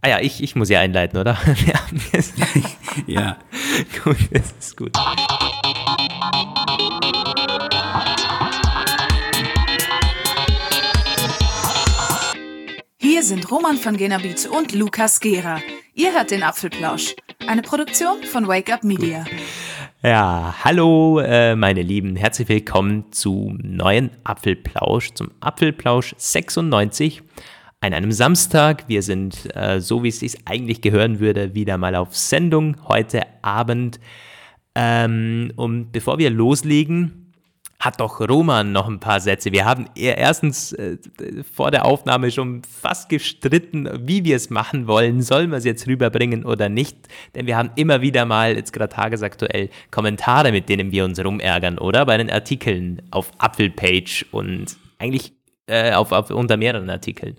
Ah ja, ich muss ja einleiten, oder? Ja. Gut, das ist gut. Hier sind Roman von Genabit und Lukas Gera. Ihr hört den Apfelplausch, eine Produktion von Wake Up Media. Ja, hallo meine Lieben, herzlich willkommen zum neuen Apfelplausch, zum Apfelplausch 96 an einem Samstag. Wir sind, so wie es sich eigentlich gehören würde, wieder mal auf Sendung heute Abend. Und bevor wir loslegen, hat doch Roman noch ein paar Sätze. Wir haben erstens vor der Aufnahme schon fast gestritten, wie wir es machen wollen. Sollen wir es jetzt rüberbringen oder nicht? Denn wir haben immer wieder mal, jetzt gerade tagesaktuell, Kommentare, mit denen wir uns rumärgern, oder? Bei den Artikeln auf Apfelpage und eigentlich unter mehreren Artikeln.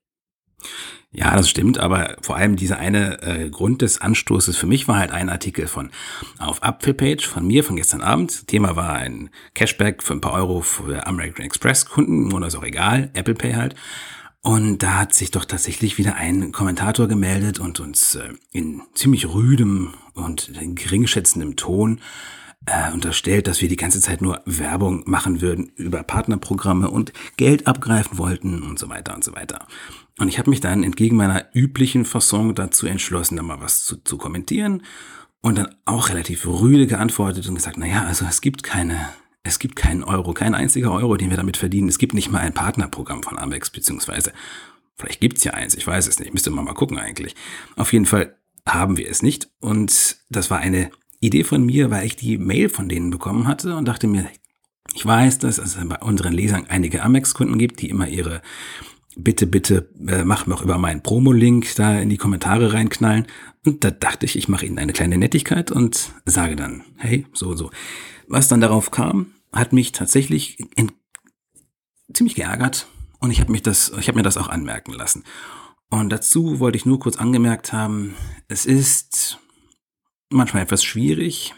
Ja, das stimmt, aber vor allem dieser eine Grund des Anstoßes für mich war halt ein Artikel auf Apfelpage von mir von gestern Abend. Thema war ein Cashback für ein paar Euro für American Express Kunden, oder ist auch egal, Apple Pay halt. Und da hat sich doch tatsächlich wieder ein Kommentator gemeldet und uns in ziemlich rüdem und geringschätzendem Ton unterstellt, dass wir die ganze Zeit nur Werbung machen würden über Partnerprogramme und Geld abgreifen wollten und so weiter und so weiter. Und ich habe mich dann entgegen meiner üblichen Fasson dazu entschlossen, da mal was zu kommentieren und dann auch relativ rüde geantwortet und gesagt, naja, also es gibt keinen Euro, kein einziger Euro, den wir damit verdienen. Es gibt nicht mal ein Partnerprogramm von Amex, beziehungsweise vielleicht gibt's ja eins, ich weiß es nicht, müsste man mal gucken eigentlich. Auf jeden Fall haben wir es nicht und das war eine Idee von mir, weil ich die Mail von denen bekommen hatte und dachte mir, ich weiß, dass es bei unseren Lesern einige Amex-Kunden gibt, die immer ihre Bitte, mach mir auch über meinen Promo-Link da in die Kommentare reinknallen. Und da dachte ich mache ihnen eine kleine Nettigkeit und sage dann, hey, so. Was dann darauf kam, hat mich tatsächlich ziemlich geärgert und ich habe mir das auch anmerken lassen. Und dazu wollte ich nur kurz angemerkt haben, es ist manchmal etwas schwierig,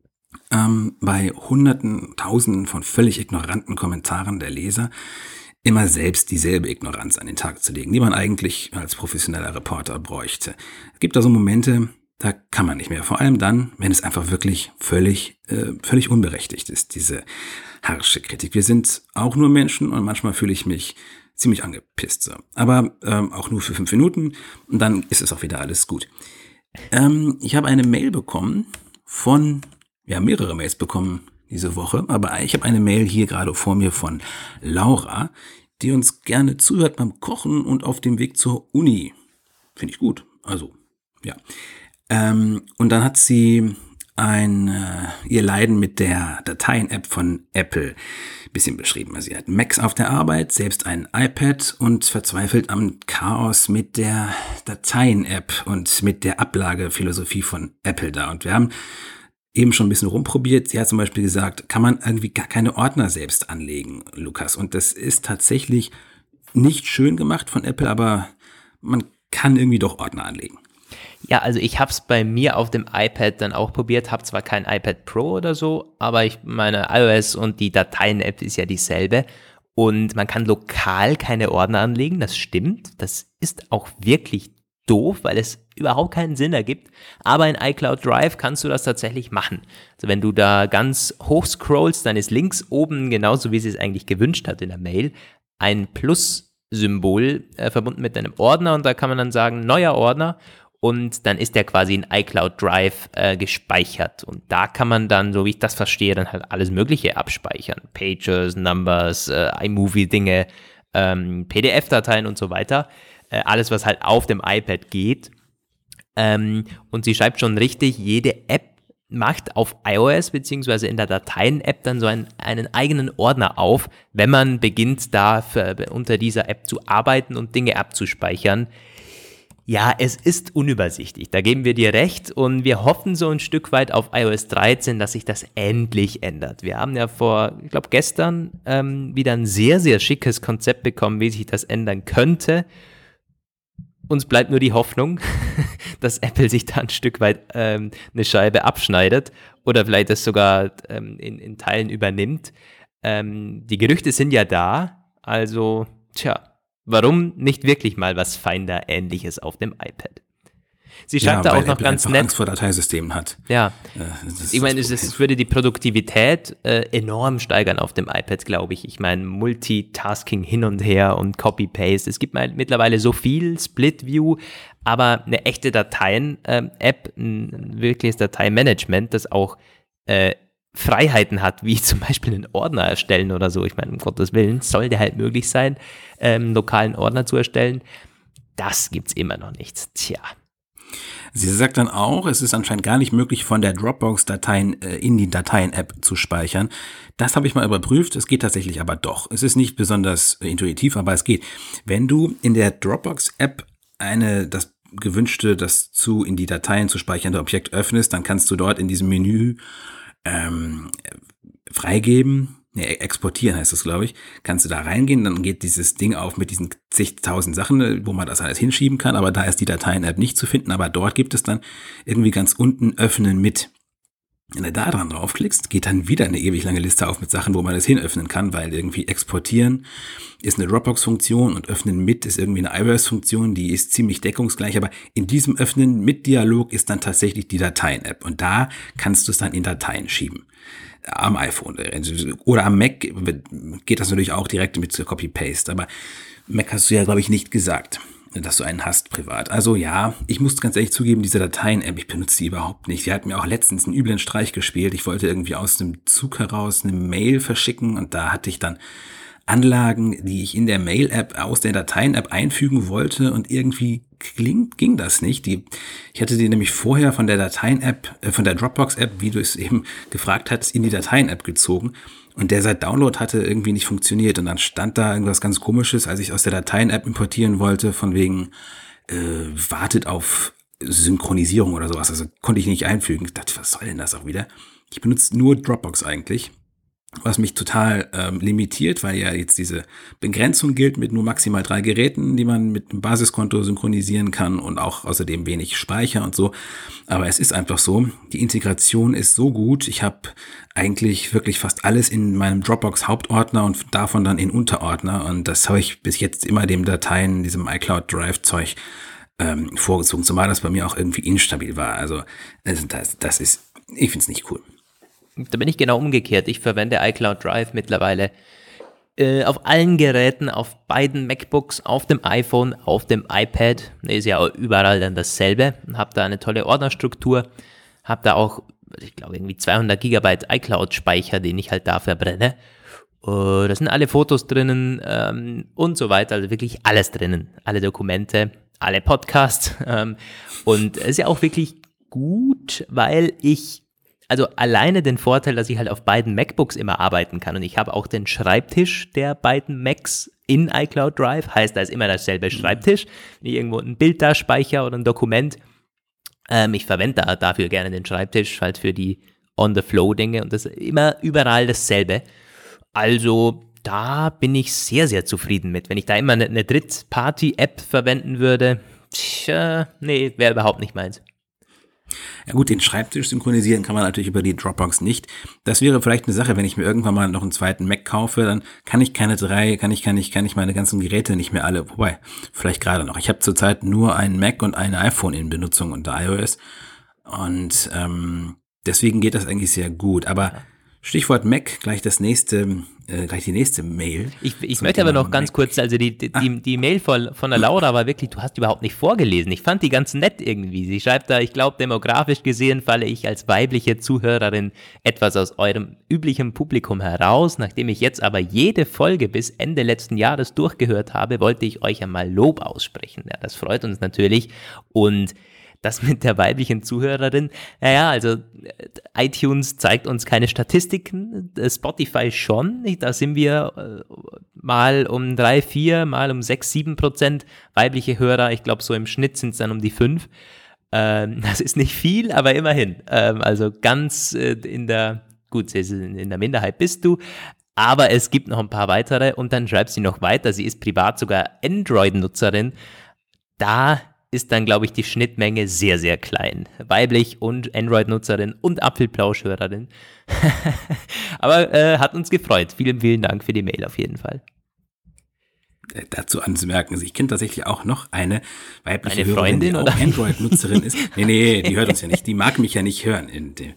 bei Hunderten, Tausenden von völlig ignoranten Kommentaren der Leser immer selbst dieselbe Ignoranz an den Tag zu legen, die man eigentlich als professioneller Reporter bräuchte. Es gibt da so Momente, da kann man nicht mehr. Vor allem dann, wenn es einfach wirklich völlig unberechtigt ist, diese harsche Kritik. Wir sind auch nur Menschen und manchmal fühle ich mich ziemlich angepisst. So. Aber auch nur für 5 Minuten und dann ist es auch wieder alles gut. Ich habe eine Mail bekommen mehrere Mails bekommen diese Woche, aber ich habe eine Mail hier gerade vor mir von Laura, die uns gerne zuhört beim Kochen und auf dem Weg zur Uni. Finde ich gut. Also, ja. Und dann hat sie ihr Leiden mit der Dateien-App von Apple ein bisschen beschrieben. Also sie hat Macs auf der Arbeit, selbst ein iPad und verzweifelt am Chaos mit der Dateien-App und mit der Ablagephilosophie von Apple da. Und wir haben eben schon ein bisschen rumprobiert. Sie hat zum Beispiel gesagt, kann man irgendwie gar keine Ordner selbst anlegen, Lukas. Und das ist tatsächlich nicht schön gemacht von Apple, aber man kann irgendwie doch Ordner anlegen. Ja, also ich habe es bei mir auf dem iPad dann auch probiert, habe zwar kein iPad Pro oder so, aber meine iOS und die Dateien-App ist ja dieselbe und man kann lokal keine Ordner anlegen, das stimmt, das ist auch wirklich doof, weil es überhaupt keinen Sinn ergibt, aber in iCloud Drive kannst du das tatsächlich machen. Also wenn du da ganz hoch scrollst, dann ist links oben, genauso wie sie es eigentlich gewünscht hat in der Mail, ein Plus-Symbol verbunden mit einem Ordner und da kann man dann sagen, neuer Ordner und dann ist der quasi in iCloud Drive gespeichert und da kann man dann, so wie ich das verstehe, dann halt alles Mögliche abspeichern. Pages, Numbers, iMovie-Dinge, PDF-Dateien und so weiter. Alles, was halt auf dem iPad geht. Und sie schreibt schon richtig, jede App macht auf iOS beziehungsweise in der Dateien-App dann so einen eigenen Ordner auf, wenn man beginnt, da unter dieser App zu arbeiten und Dinge abzuspeichern. Ja, es ist unübersichtlich, da geben wir dir recht und wir hoffen so ein Stück weit auf iOS 13, dass sich das endlich ändert. Wir haben ja ich glaube gestern wieder ein sehr, sehr schickes Konzept bekommen, wie sich das ändern könnte. Uns bleibt nur die Hoffnung, dass Apple sich da ein Stück weit eine Scheibe abschneidet oder vielleicht das sogar in Teilen übernimmt. Die Gerüchte sind ja da, also warum nicht wirklich mal was Finder-ähnliches auf dem iPad? Sie schreibt da auch noch Apple ganz einfach nett. Angst vor Dateisystemen hat. Ja, ich meine, es würde die Produktivität enorm steigern auf dem iPad, glaube ich. Ich meine, Multitasking hin und her und Copy-Paste. Es gibt mittlerweile so viel Split-View, aber eine echte Dateien-App, ein wirkliches Dateimanagement, das auch Freiheiten hat, wie zum Beispiel einen Ordner erstellen oder so. Ich meine, um Gottes Willen, sollte halt möglich sein, einen lokalen Ordner zu erstellen. Das gibt's immer noch nicht. Tja. Sie sagt dann auch, es ist anscheinend gar nicht möglich, von der Dropbox Dateien in die Dateien-App zu speichern. Das habe ich mal überprüft, es geht tatsächlich aber doch. Es ist nicht besonders intuitiv, aber es geht. Wenn du in der Dropbox-App das gewünschte, in die Dateien zu speichernde Objekt öffnest, dann kannst du dort in diesem Menü freigeben, exportieren heißt das, glaube ich, kannst du da reingehen, dann geht dieses Ding auf mit diesen zigtausend Sachen, wo man das alles hinschieben kann, aber da ist die Dateien-App nicht zu finden, aber dort gibt es dann irgendwie ganz unten Öffnen mit. Wenn du da dran draufklickst, geht dann wieder eine ewig lange Liste auf mit Sachen, wo man das hinöffnen kann, weil irgendwie exportieren ist eine Dropbox-Funktion und öffnen mit ist irgendwie eine iOS-Funktion, die ist ziemlich deckungsgleich, aber in diesem Öffnen mit Dialog ist dann tatsächlich die Dateien-App und da kannst du es dann in Dateien schieben. Am iPhone oder am Mac geht das natürlich auch direkt mit Copy-Paste, aber Mac hast du ja, glaube ich, nicht gesagt, dass du einen hast privat. Also ja, ich muss ganz ehrlich zugeben, diese Dateien-App, ich benutze die überhaupt nicht. Sie hat mir auch letztens einen üblen Streich gespielt. Ich wollte irgendwie aus dem Zug heraus eine Mail verschicken und da hatte ich dann Anlagen, die ich in der Mail-App aus der Dateien-App einfügen wollte und irgendwie ging das nicht. Ich hatte die nämlich vorher von der Dateien-App, von der Dropbox-App, wie du es eben gefragt hast, in die Dateien-App gezogen und der seit Download hatte irgendwie nicht funktioniert und dann stand da irgendwas ganz Komisches, als ich aus der Dateien-App importieren wollte, von wegen wartet auf Synchronisierung oder sowas, also konnte ich nicht einfügen. Ich dachte, was soll denn das auch wieder? Ich benutze nur Dropbox eigentlich. Was mich total limitiert, weil ja jetzt diese Begrenzung gilt mit nur maximal 3 Geräten, die man mit einem Basiskonto synchronisieren kann und auch außerdem wenig Speicher und so. Aber es ist einfach so, die Integration ist so gut. Ich habe eigentlich wirklich fast alles in meinem Dropbox-Hauptordner und davon dann in Unterordner. Und das habe ich bis jetzt immer dem Dateien, diesem iCloud Drive-Zeug vorgezogen, zumal das bei mir auch irgendwie instabil war. Also das ist, ich finde es nicht cool. Da bin ich genau umgekehrt. Ich verwende iCloud Drive mittlerweile auf allen Geräten, auf beiden MacBooks, auf dem iPhone, auf dem iPad. Ist ja überall dann dasselbe. Habe da eine tolle Ordnerstruktur. Habe da auch, ich glaube, irgendwie 200 Gigabyte iCloud-Speicher, den ich halt da verbrenne. Da sind alle Fotos drinnen und so weiter. Also wirklich alles drinnen. Alle Dokumente, alle Podcasts. Und es ist ja auch wirklich gut, weil also alleine den Vorteil, dass ich halt auf beiden MacBooks immer arbeiten kann und ich habe auch den Schreibtisch der beiden Macs in iCloud Drive, heißt, da ist immer derselbe Schreibtisch, wenn ich irgendwo ein Bild da speichere oder ein Dokument. Ich verwende dafür gerne den Schreibtisch, halt für die On-the-Flow-Dinge und das ist immer überall dasselbe. Also da bin ich sehr, sehr zufrieden mit. Wenn ich da immer eine Drittparty-App verwenden würde, nee, wäre überhaupt nicht meins. Ja gut, den Schreibtisch synchronisieren kann man natürlich über die Dropbox nicht. Das wäre vielleicht eine Sache, wenn ich mir irgendwann mal noch einen zweiten Mac kaufe, dann kann ich meine ganzen Geräte nicht mehr alle, wobei, vielleicht gerade noch. Ich habe zurzeit nur einen Mac und ein iPhone in Benutzung unter iOS und deswegen geht das eigentlich sehr gut. Aber Stichwort Mac, gleich die nächste Mail. Ich möchte aber noch ganz kurz, also die Mail von der Laura war wirklich, du hast überhaupt nicht vorgelesen. Ich fand die ganz nett irgendwie. Sie schreibt da, ich glaube, demografisch gesehen falle ich als weibliche Zuhörerin etwas aus eurem üblichen Publikum heraus. Nachdem ich jetzt aber jede Folge bis Ende letzten Jahres durchgehört habe, wollte ich euch einmal Lob aussprechen. Ja, das freut uns natürlich und das mit der weiblichen Zuhörerin, naja, also iTunes zeigt uns keine Statistiken, Spotify schon, da sind wir mal um 3, 4, mal um 6, 7% weibliche Hörer, ich glaube so im Schnitt sind es dann um die 5, das ist nicht viel, aber immerhin, also ganz in der Minderheit bist du, aber es gibt noch ein paar weitere und dann schreibt sie noch weiter, sie ist privat sogar Android-Nutzerin, da ist dann, glaube ich, die Schnittmenge sehr, sehr klein. Weiblich und Android-Nutzerin und Apfelplausch-Hörerin. Aber hat uns gefreut. Vielen, vielen Dank für die Mail auf jeden Fall. dazu anzumerken, also ich kenne tatsächlich auch noch eine weibliche Eine Hörerin, Freundin, die auch oder? Android-Nutzerin ist. Nee, die hört uns ja nicht. Die mag mich ja nicht hören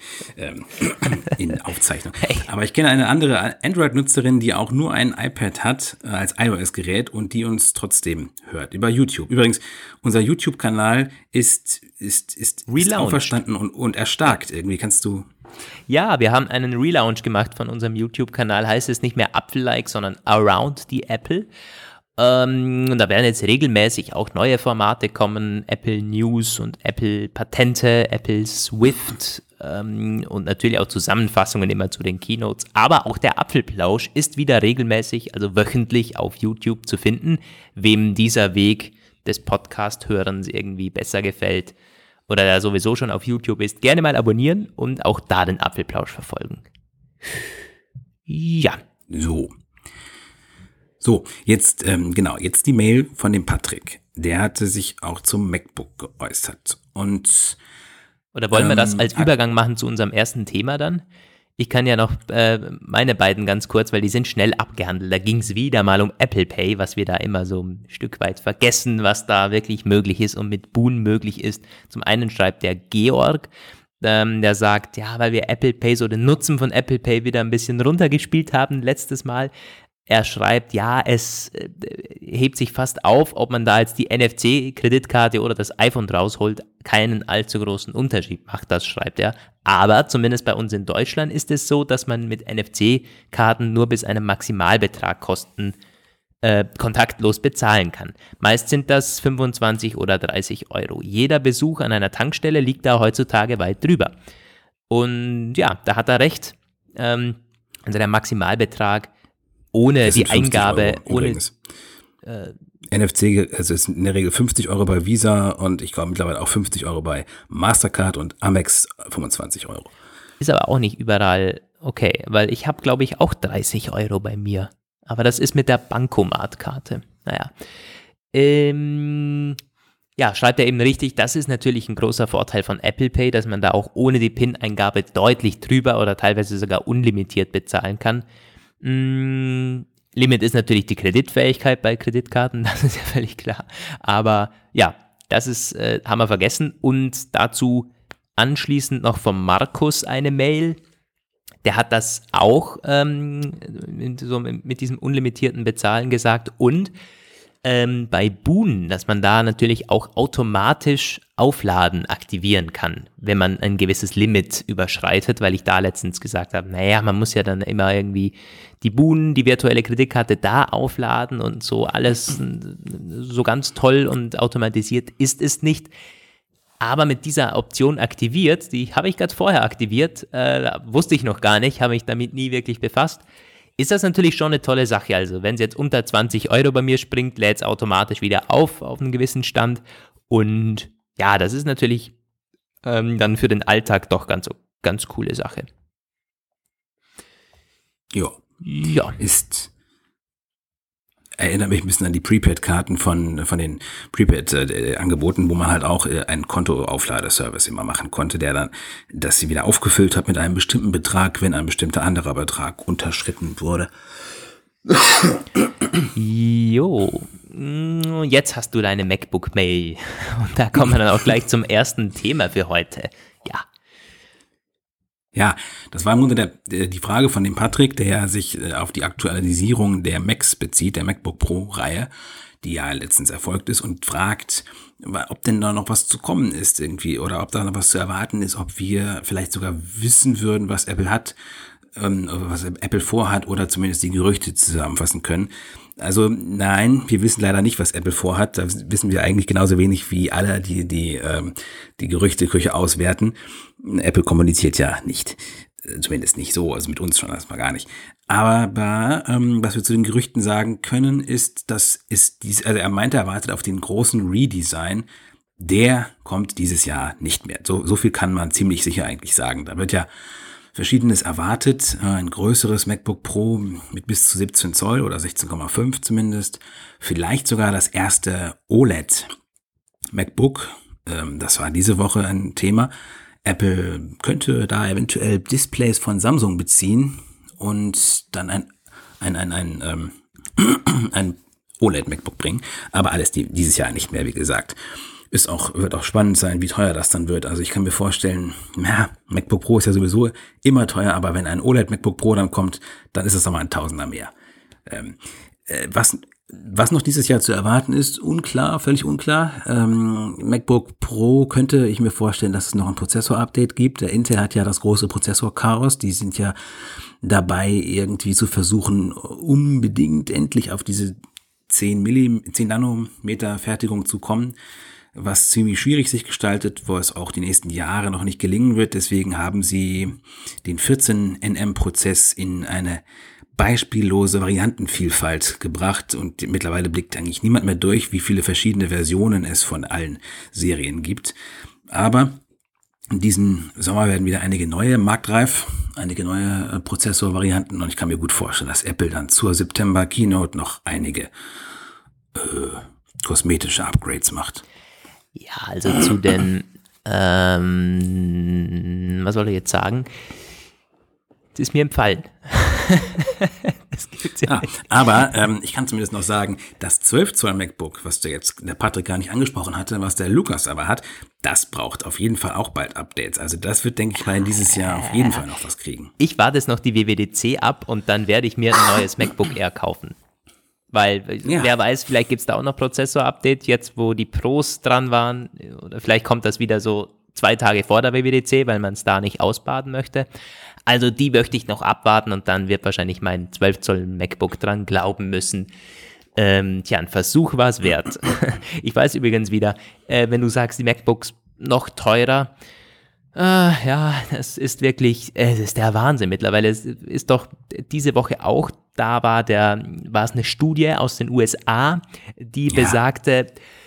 in Aufzeichnung. Aber ich kenne eine andere Android-Nutzerin, die auch nur ein iPad hat als iOS-Gerät und die uns trotzdem hört über YouTube. Übrigens, unser YouTube-Kanal ist Relaunched. auferstanden und erstarkt. Irgendwie kannst du... Ja, wir haben einen Relaunch gemacht von unserem YouTube-Kanal. Heißt es nicht mehr Apfel-like, sondern Around the Apple. Und da werden jetzt regelmäßig auch neue Formate kommen. Apple News und Apple Patente, Apple Swift und natürlich auch Zusammenfassungen immer zu den Keynotes. Aber auch der Apfelplausch ist wieder regelmäßig, also wöchentlich auf YouTube zu finden. Wem dieser Weg des Podcast-Hörens irgendwie besser gefällt, oder der sowieso schon auf YouTube ist, gerne mal abonnieren und auch da den Apfelplausch verfolgen. Ja. So, jetzt jetzt die Mail von dem Patrick. Der hatte sich auch zum MacBook geäußert. Und Oder wollen wir das als Übergang machen zu unserem ersten Thema dann? Ich kann ja noch meine beiden ganz kurz, weil die sind schnell abgehandelt. Da ging es wieder mal um Apple Pay, was wir da immer so ein Stück weit vergessen, was da wirklich möglich ist und mit Boon möglich ist. Zum einen schreibt der Georg, der sagt, ja, weil wir Apple Pay, so den Nutzen von Apple Pay wieder ein bisschen runtergespielt haben letztes Mal. Er schreibt, ja, es hebt sich fast auf, ob man da jetzt die NFC-Kreditkarte oder das iPhone rausholt, keinen allzu großen Unterschied macht, das schreibt er. Aber zumindest bei uns in Deutschland ist es so, dass man mit NFC-Karten nur bis einem Maximalbetrag kontaktlos bezahlen kann. Meist sind das 25 oder 30 Euro. Jeder Besuch an einer Tankstelle liegt da heutzutage weit drüber. Und ja, da hat er recht. Also der Maximalbetrag ohne die Eingabe, ohne NFC, also ist in der Regel 50 Euro bei Visa und ich glaube mittlerweile auch 50 Euro bei Mastercard und Amex 25 Euro. Ist aber auch nicht überall okay, weil ich habe, glaube ich, auch 30 Euro bei mir. Aber das ist mit der Bankomat-Karte. Naja. Ja, schreibt er eben richtig, das ist natürlich ein großer Vorteil von Apple Pay, dass man da auch ohne die PIN-Eingabe deutlich drüber oder teilweise sogar unlimitiert bezahlen kann. Limit ist natürlich die Kreditfähigkeit bei Kreditkarten, das ist ja völlig klar. Aber ja, das ist, haben wir vergessen. Und dazu anschließend noch von Markus eine Mail. Der hat das auch mit diesem unlimitierten Bezahlen gesagt. Und bei Boon, dass man da natürlich auch automatisch Aufladen aktivieren kann, wenn man ein gewisses Limit überschreitet, weil ich da letztens gesagt habe, naja, man muss ja dann immer irgendwie die Boon, die virtuelle Kreditkarte da aufladen und so alles so ganz toll und automatisiert ist es nicht. Aber mit dieser Option aktiviert, die habe ich gerade vorher aktiviert, wusste ich noch gar nicht, habe mich damit nie wirklich befasst, ist das natürlich schon eine tolle Sache. Also wenn es jetzt unter 20 Euro bei mir springt, lädt es automatisch wieder auf einen gewissen Stand. Und ja, das ist natürlich dann für den Alltag doch ganz coole Sache. Ja. Ist erinnert mich ein bisschen an die Prepaid-Karten von den Prepaid-Angeboten, wo man halt auch einen Kontoaufladeservice immer machen konnte, der dann das sie wieder aufgefüllt hat mit einem bestimmten Betrag, wenn ein bestimmter anderer Betrag unterschritten wurde. Jo, jetzt hast du deine MacBook-Mail und da kommen wir dann auch gleich zum ersten Thema für heute. Ja, das war im Grunde die Frage von dem Patrick, der sich auf die Aktualisierung der Macs bezieht, der MacBook Pro-Reihe, die ja letztens erfolgt ist und fragt, ob denn da noch was zu kommen ist irgendwie oder ob da noch was zu erwarten ist, ob wir vielleicht sogar wissen würden, was Apple hat, was Apple vorhat oder zumindest die Gerüchte zusammenfassen können. Also nein, wir wissen leider nicht, was Apple vorhat. Da wissen wir eigentlich genauso wenig wie alle, die Gerüchteküche auswerten. Apple kommuniziert ja nicht, zumindest nicht so, also mit uns schon erstmal gar nicht. Aber was wir zu den Gerüchten sagen können, ist, also er meinte, er wartet auf den großen Redesign. Der kommt dieses Jahr nicht mehr. So viel kann man ziemlich sicher eigentlich sagen. Da wird ja Verschiedenes erwartet, ein größeres MacBook Pro mit bis zu 17 Zoll oder 16,5 zumindest, vielleicht sogar das erste OLED MacBook, das war diese Woche ein Thema. Apple könnte da eventuell Displays von Samsung beziehen und dann ein OLED-MacBook bringen, aber alles dieses Jahr nicht mehr, wie gesagt. Wird auch spannend sein, wie teuer das dann wird. Also ich kann mir vorstellen, MacBook Pro ist ja sowieso immer teuer, aber wenn ein OLED-MacBook Pro dann kommt, dann ist es nochmal ein Tausender mehr. Was noch dieses Jahr zu erwarten ist, unklar, völlig unklar. MacBook Pro könnte ich mir vorstellen, dass es noch ein Prozessor-Update gibt. Der Intel hat ja das große Prozessor-Chaos. Die sind ja dabei, irgendwie zu versuchen, unbedingt endlich auf diese 10 Nanometer Fertigung zu kommen, was ziemlich schwierig sich gestaltet, wo es auch die nächsten Jahre noch nicht gelingen wird. Deswegen haben sie den 14nm-Prozess in eine beispiellose Variantenvielfalt gebracht und mittlerweile blickt eigentlich niemand mehr durch, wie viele verschiedene Versionen es von allen Serien gibt. Aber in diesem Sommer werden wieder einige neue Prozessorvarianten und ich kann mir gut vorstellen, dass Apple dann zur September Keynote noch einige kosmetische Upgrades macht. Ja, also zu den, was soll ich jetzt sagen? Das ist mir empfallen. Das gibt's ja nicht. Aber ich kann zumindest noch sagen, das 12 Zoll MacBook, was der Patrick gar nicht angesprochen hatte, was der Lukas aber hat, das braucht auf jeden Fall auch bald Updates. Also das wird, denke ich mal, in dieses Jahr auf jeden Fall noch was kriegen. Ich warte jetzt noch die WWDC ab und dann werde ich mir ein neues MacBook Air kaufen. Weil, wer weiß, vielleicht gibt's da auch noch Prozessor-Update, jetzt wo die Pros dran waren. Oder vielleicht kommt das wieder so 2 Tage vor der WWDC, weil man es da nicht ausbaden möchte. Also die möchte ich noch abwarten und dann wird wahrscheinlich mein 12 Zoll MacBook dran glauben müssen. Ein Versuch war es wert. Ich weiß übrigens wieder, wenn du sagst, die MacBooks noch teurer, das ist wirklich, es ist der Wahnsinn mittlerweile. Es ist doch diese Woche auch, da war es eine Studie aus den USA, die besagte,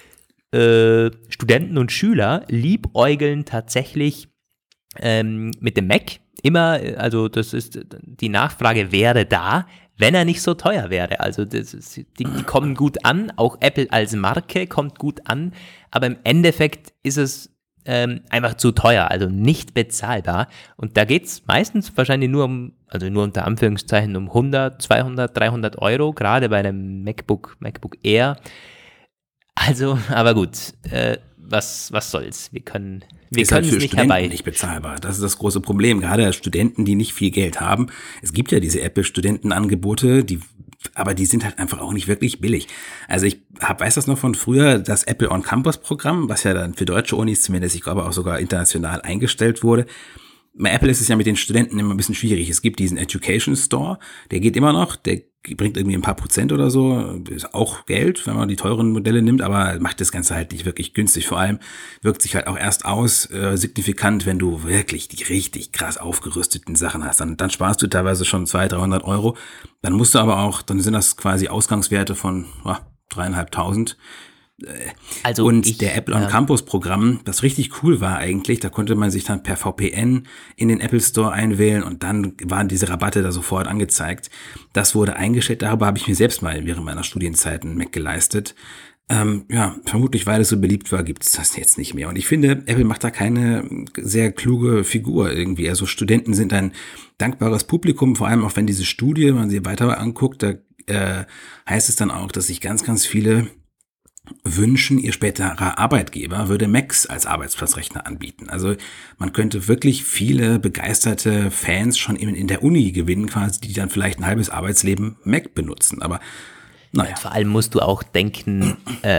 Studenten und Schüler liebäugeln tatsächlich mit dem Mac. Immer, also die Nachfrage wäre da, wenn er nicht so teuer wäre. Also die kommen gut an, auch Apple als Marke kommt gut an, aber im Endeffekt ist es einfach zu teuer, also nicht bezahlbar. Und da geht es meistens wahrscheinlich nur unter Anführungszeichen um 100, 200, 300 Euro, gerade bei einem MacBook Air. Also, aber gut, was soll's? Wir können es halt nicht herbei. Nicht bezahlbar. Das ist das große Problem. Gerade Studenten, die nicht viel Geld haben. Es gibt ja diese Apple-Studentenangebote, aber die sind halt einfach auch nicht wirklich billig. Also ich weiß das noch von früher, das Apple On-Campus-Programm, was ja dann für deutsche Unis zumindest, ich glaube auch sogar international eingestellt wurde. Bei Apple ist es ja mit den Studenten immer ein bisschen schwierig. Es gibt diesen Education Store, der geht immer noch, der bringt irgendwie ein paar Prozent oder so, ist auch Geld, wenn man die teuren Modelle nimmt, aber macht das Ganze halt nicht wirklich günstig. Vor allem wirkt sich halt auch erst aus, signifikant, wenn du wirklich die richtig krass aufgerüsteten Sachen hast. Dann sparst du teilweise schon 200, 300 Euro. Dann musst du aber auch, dann sind das quasi Ausgangswerte von 3.500. Also der Apple On Campus Programm, das richtig cool war eigentlich, da konnte man sich dann per VPN in den Apple Store einwählen und dann waren diese Rabatte da sofort angezeigt. Das wurde eingestellt, darüber habe ich mir selbst mal während meiner Studienzeit einen Mac geleistet. Vermutlich, weil es so beliebt war, gibt es das jetzt nicht mehr. Und ich finde, Apple macht da keine sehr kluge Figur irgendwie. Also Studenten sind ein dankbares Publikum, vor allem auch wenn diese Studie, wenn man sie weiter anguckt, da heißt es dann auch, dass sich ganz, ganz viele wünschen, ihr späterer Arbeitgeber würde Macs als Arbeitsplatzrechner anbieten. Also man könnte wirklich viele begeisterte Fans schon in der Uni gewinnen, quasi, die dann vielleicht ein halbes Arbeitsleben Mac benutzen. Aber naja. Vor allem musst du auch denken,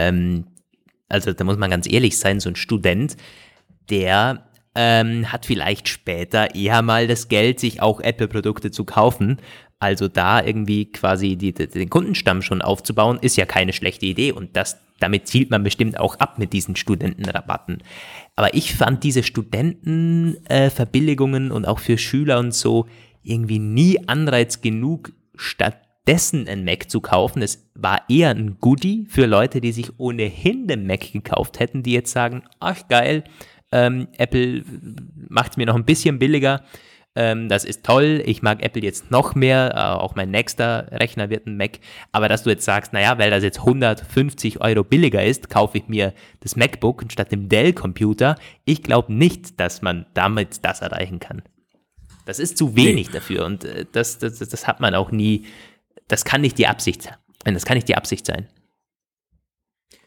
also da muss man ganz ehrlich sein, so ein Student, der hat vielleicht später eher mal das Geld, sich auch Apple-Produkte zu kaufen. Also da irgendwie quasi den Kundenstamm schon aufzubauen, ist ja keine schlechte Idee und damit zielt man bestimmt auch ab mit diesen Studentenrabatten. Aber ich fand diese Studentenverbilligungen und auch für Schüler und so irgendwie nie Anreiz genug, stattdessen ein Mac zu kaufen. Es war eher ein Goodie für Leute, die sich ohnehin den Mac gekauft hätten, die jetzt sagen, ach geil, Apple macht es mir noch ein bisschen billiger. Das ist toll, ich mag Apple jetzt noch mehr, auch mein nächster Rechner wird ein Mac, aber dass du jetzt sagst, naja, weil das jetzt 150 Euro billiger ist, kaufe ich mir das MacBook statt dem Dell-Computer, ich glaube nicht, dass man damit das erreichen kann. Das ist zu wenig dafür und das hat man auch nie, das kann nicht die Absicht sein.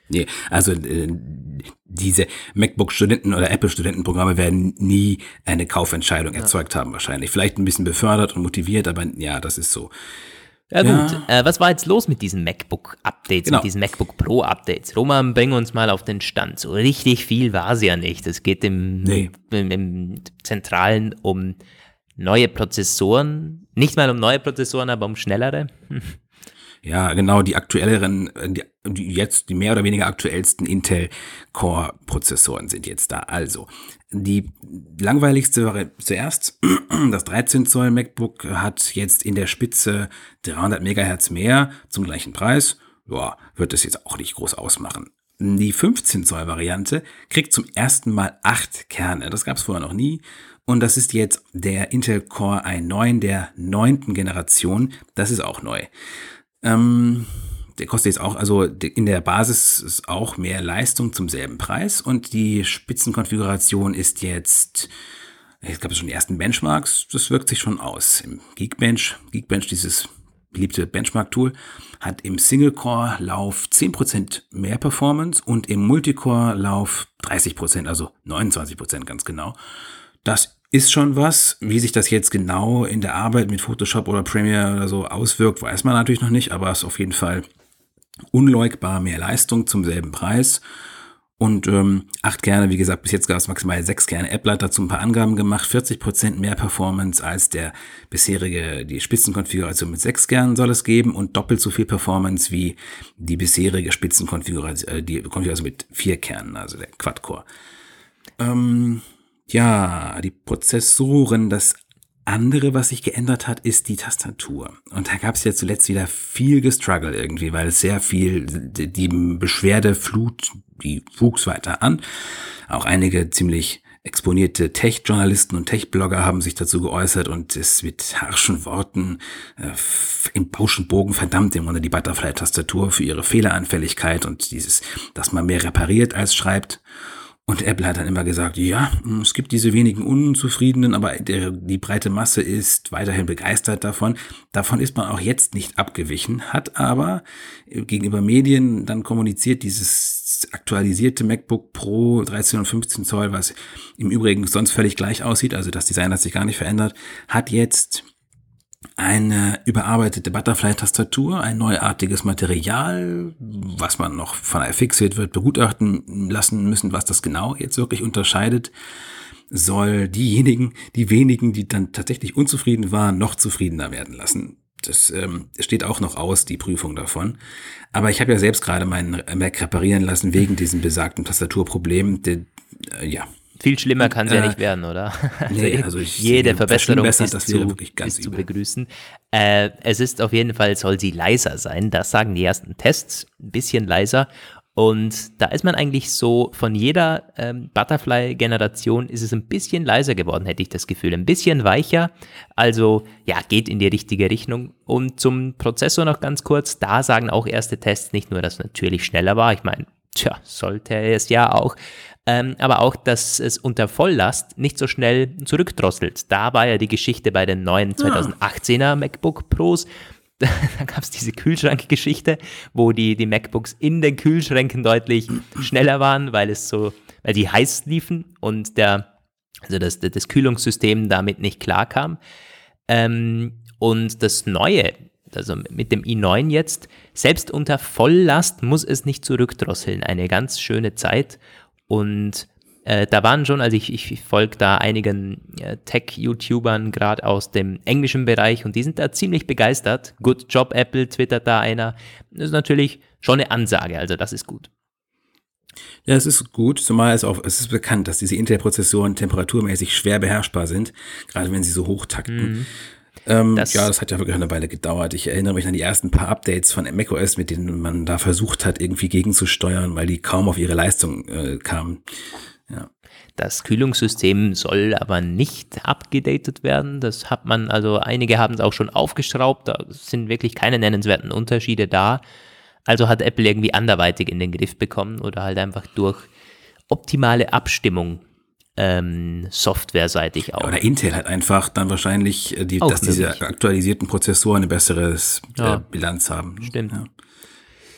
Nee, also diese MacBook-Studenten- oder Apple-Studentenprogramme werden nie eine Kaufentscheidung erzeugt haben wahrscheinlich. Vielleicht ein bisschen befördert und motiviert, aber ja, das ist so. Ja gut, was war jetzt los mit diesen MacBook-Updates, Genau. mit diesen MacBook Pro-Updates? Roman, bring uns mal auf den Stand. So richtig viel war es ja nicht. Es geht im Zentralen um neue Prozessoren. Nicht mal um neue Prozessoren, aber um schnellere. Ja, genau, die aktuelleren, die mehr oder weniger aktuellsten Intel Core-Prozessoren sind jetzt da. Also, die langweiligste war zuerst, das 13 Zoll MacBook hat jetzt in der Spitze 300 Megahertz mehr zum gleichen Preis. Ja, wird das jetzt auch nicht groß ausmachen. Die 15 Zoll Variante kriegt zum ersten Mal 8 Kerne. Das gab es vorher noch nie. Und das ist jetzt der Intel Core i9 der 9. Generation. Das ist auch neu. Der kostet jetzt auch, also in der Basis ist auch mehr Leistung zum selben Preis und die Spitzenkonfiguration ist jetzt, ich glaube schon die ersten Benchmarks, das wirkt sich schon aus. Im Geekbench, dieses beliebte Benchmark-Tool, hat im Single-Core-Lauf 10% mehr Performance und im Multicore-Lauf 30%, also 29% ganz genau. Das ist schon was. Wie sich das jetzt genau in der Arbeit mit Photoshop oder Premiere oder so auswirkt, weiß man natürlich noch nicht, aber es ist auf jeden Fall unleugbar mehr Leistung zum selben Preis. Und 8 Kerne, wie gesagt, bis jetzt gab es maximal 6 Kerne. Apple hat dazu ein paar Angaben gemacht, 40% mehr Performance als die Spitzenkonfiguration mit 6 Kernen soll es geben und doppelt so viel Performance wie die bisherige Spitzenkonfiguration, die Konfiguration mit 4 Kernen, also der Quad-Core. Ja, die Prozessoren, das andere, was sich geändert hat, ist die Tastatur. Und da gab es ja zuletzt wieder viel gestruggelt irgendwie, weil es sehr viel, die Beschwerdeflut, die wuchs weiter an. Auch einige ziemlich exponierte Tech-Journalisten und Tech-Blogger haben sich dazu geäußert und es mit harschen Worten im Bausch und Bogen verdammt im Grunde die Butterfly-Tastatur für ihre Fehleranfälligkeit und dieses, dass man mehr repariert als schreibt. Und Apple hat dann immer gesagt, ja, es gibt diese wenigen Unzufriedenen, aber die breite Masse ist weiterhin begeistert davon. Davon ist man auch jetzt nicht abgewichen, hat aber gegenüber Medien dann kommuniziert, dieses aktualisierte MacBook Pro 13 und 15 Zoll, was im Übrigen sonst völlig gleich aussieht, also das Design hat sich gar nicht verändert, hat jetzt eine überarbeitete Butterfly-Tastatur, ein neuartiges Material, was man noch von iFixit wird begutachten lassen müssen, was das genau jetzt wirklich unterscheidet, soll die wenigen, die dann tatsächlich unzufrieden waren, noch zufriedener werden lassen. Das steht auch noch aus, die Prüfung davon. Aber ich habe ja selbst gerade meinen Mac reparieren lassen wegen diesem besagten Tastaturproblem. Ja. Viel schlimmer kann es ja nicht werden, oder? Nee, also jede Verbesserung ist zu begrüßen. Es ist auf jeden Fall, soll sie leiser sein. Das sagen die ersten Tests, ein bisschen leiser. Und da ist man eigentlich so, von jeder Butterfly-Generation ist es ein bisschen leiser geworden, hätte ich das Gefühl. Ein bisschen weicher, also ja, geht in die richtige Richtung. Und zum Prozessor noch ganz kurz, da sagen auch erste Tests nicht nur, dass es natürlich schneller war, ich meine, sollte es ja auch, aber auch, dass es unter Volllast nicht so schnell zurückdrosselt. Da war ja die Geschichte bei den neuen 2018er MacBook Pros. Da gab es diese Kühlschrankgeschichte, wo die MacBooks in den Kühlschränken deutlich schneller waren, weil die heiß liefen und das Kühlungssystem damit nicht klarkam. Und das Neue, also mit dem i9 jetzt, selbst unter Volllast muss es nicht zurückdrosseln. Eine ganz schöne Zeit. Und da waren schon, also ich folge da einigen Tech-YouTubern gerade aus dem englischen Bereich und die sind da ziemlich begeistert. Good job, Apple, twittert da einer. Das ist natürlich schon eine Ansage, also das ist gut. Ja, es ist gut, zumal es ist bekannt, dass diese Intel-Prozessoren temperaturmäßig schwer beherrschbar sind, gerade wenn sie so hoch takten. Das hat ja wirklich eine Weile gedauert. Ich erinnere mich an die ersten paar Updates von macOS, mit denen man da versucht hat, irgendwie gegenzusteuern, weil die kaum auf ihre Leistung kamen. Ja. Das Kühlungssystem soll aber nicht abgedatet werden. Das hat man, also einige haben es auch schon aufgeschraubt, da sind wirklich keine nennenswerten Unterschiede da. Also hat Apple irgendwie anderweitig in den Griff bekommen oder halt einfach durch optimale Abstimmung softwareseitig auch. Ja, oder Intel hat einfach dann wahrscheinlich, dass diese aktualisierten Prozessoren eine bessere Bilanz haben. Stimmt.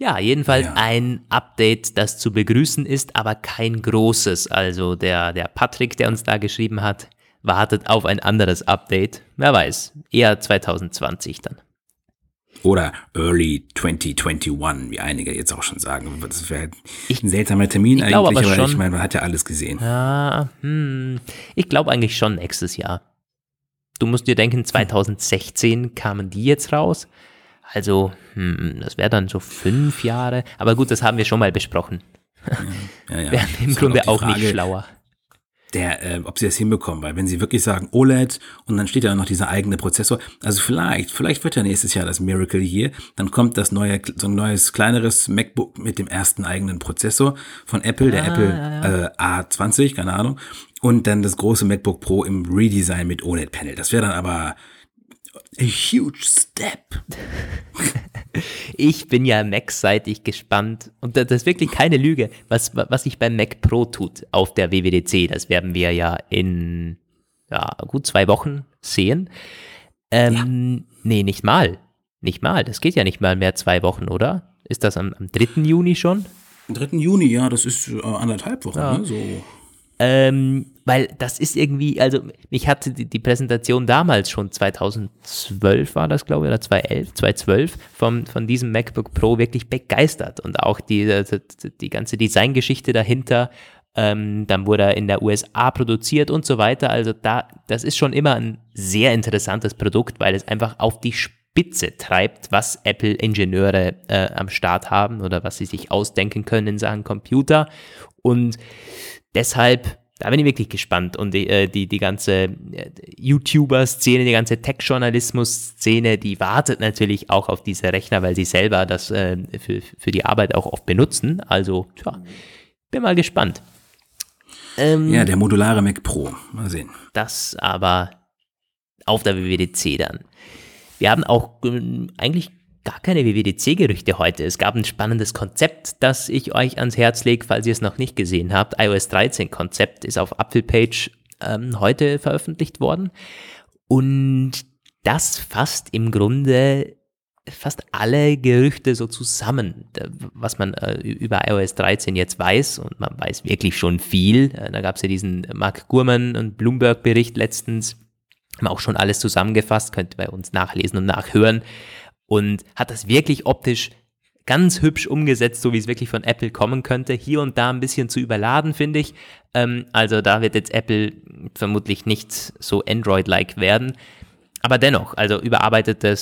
Ja, jedenfalls ein Update, das zu begrüßen ist, aber kein großes. Also der Patrick, der uns da geschrieben hat, wartet auf ein anderes Update. Wer weiß, eher 2020 dann. Oder Early 2021, wie einige jetzt auch schon sagen. Das wäre ein seltsamer Termin eigentlich, aber ich meine, man hat ja alles gesehen. Ja, ich glaube eigentlich schon nächstes Jahr. Du musst dir denken, 2016 kamen die jetzt raus. Also, das wäre dann so 5 Jahre. Aber gut, das haben wir schon mal besprochen. Ja. Wären im Grunde auch nicht schlauer. Ob sie das hinbekommen, weil wenn sie wirklich sagen OLED und dann steht ja noch dieser eigene Prozessor, also vielleicht wird ja nächstes Jahr das Miracle Year, dann kommt so ein neues, kleineres MacBook mit dem ersten eigenen Prozessor von Apple, der Apple A20, keine Ahnung, und dann das große MacBook Pro im Redesign mit OLED-Panel. Das wäre dann aber a huge step. Ich bin ja Mac-seitig gespannt und das ist wirklich keine Lüge, was sich beim Mac Pro tut auf der WWDC. Das werden wir ja in gut 2 Wochen sehen. Nee, nicht mal. Das geht ja nicht mal mehr 2 Wochen, oder? Ist das am 3. Juni schon? Am 3. Juni, ja, das ist 1,5 Wochen, ne? So. Weil das ist irgendwie, also mich hatte die Präsentation damals schon 2012 war das, glaube ich, oder 2012 von diesem MacBook Pro wirklich begeistert und auch die ganze Designgeschichte dahinter, dann wurde er in der USA produziert und so weiter, also das ist schon immer ein sehr interessantes Produkt, weil es einfach auf die Spitze treibt, was Apple-Ingenieure am Start haben oder was sie sich ausdenken können in Sachen Computer und deshalb, da bin ich wirklich gespannt und die ganze YouTuber-Szene, die ganze Tech-Journalismus-Szene, die wartet natürlich auch auf diese Rechner, weil sie selber das für die Arbeit auch oft benutzen. Also, bin mal gespannt. Der modulare Mac Pro, mal sehen. Das aber auf der WWDC dann. Wir haben auch eigentlich gar keine WWDC-Gerüchte heute. Es gab ein spannendes Konzept, das ich euch ans Herz lege, falls ihr es noch nicht gesehen habt. iOS 13 Konzept ist auf Apfelpage heute veröffentlicht worden. Und das fasst im Grunde fast alle Gerüchte so zusammen, was man über iOS 13 jetzt weiß. Und man weiß wirklich schon viel. Da gab es ja diesen Mark Gurman und Bloomberg-Bericht letztens. Haben auch schon alles zusammengefasst, könnt ihr bei uns nachlesen und nachhören. Und hat das wirklich optisch ganz hübsch umgesetzt, so wie es wirklich von Apple kommen könnte. Hier und da ein bisschen zu überladen, finde ich. Also da wird jetzt Apple vermutlich nicht so Android-like werden. Aber dennoch, also überarbeitete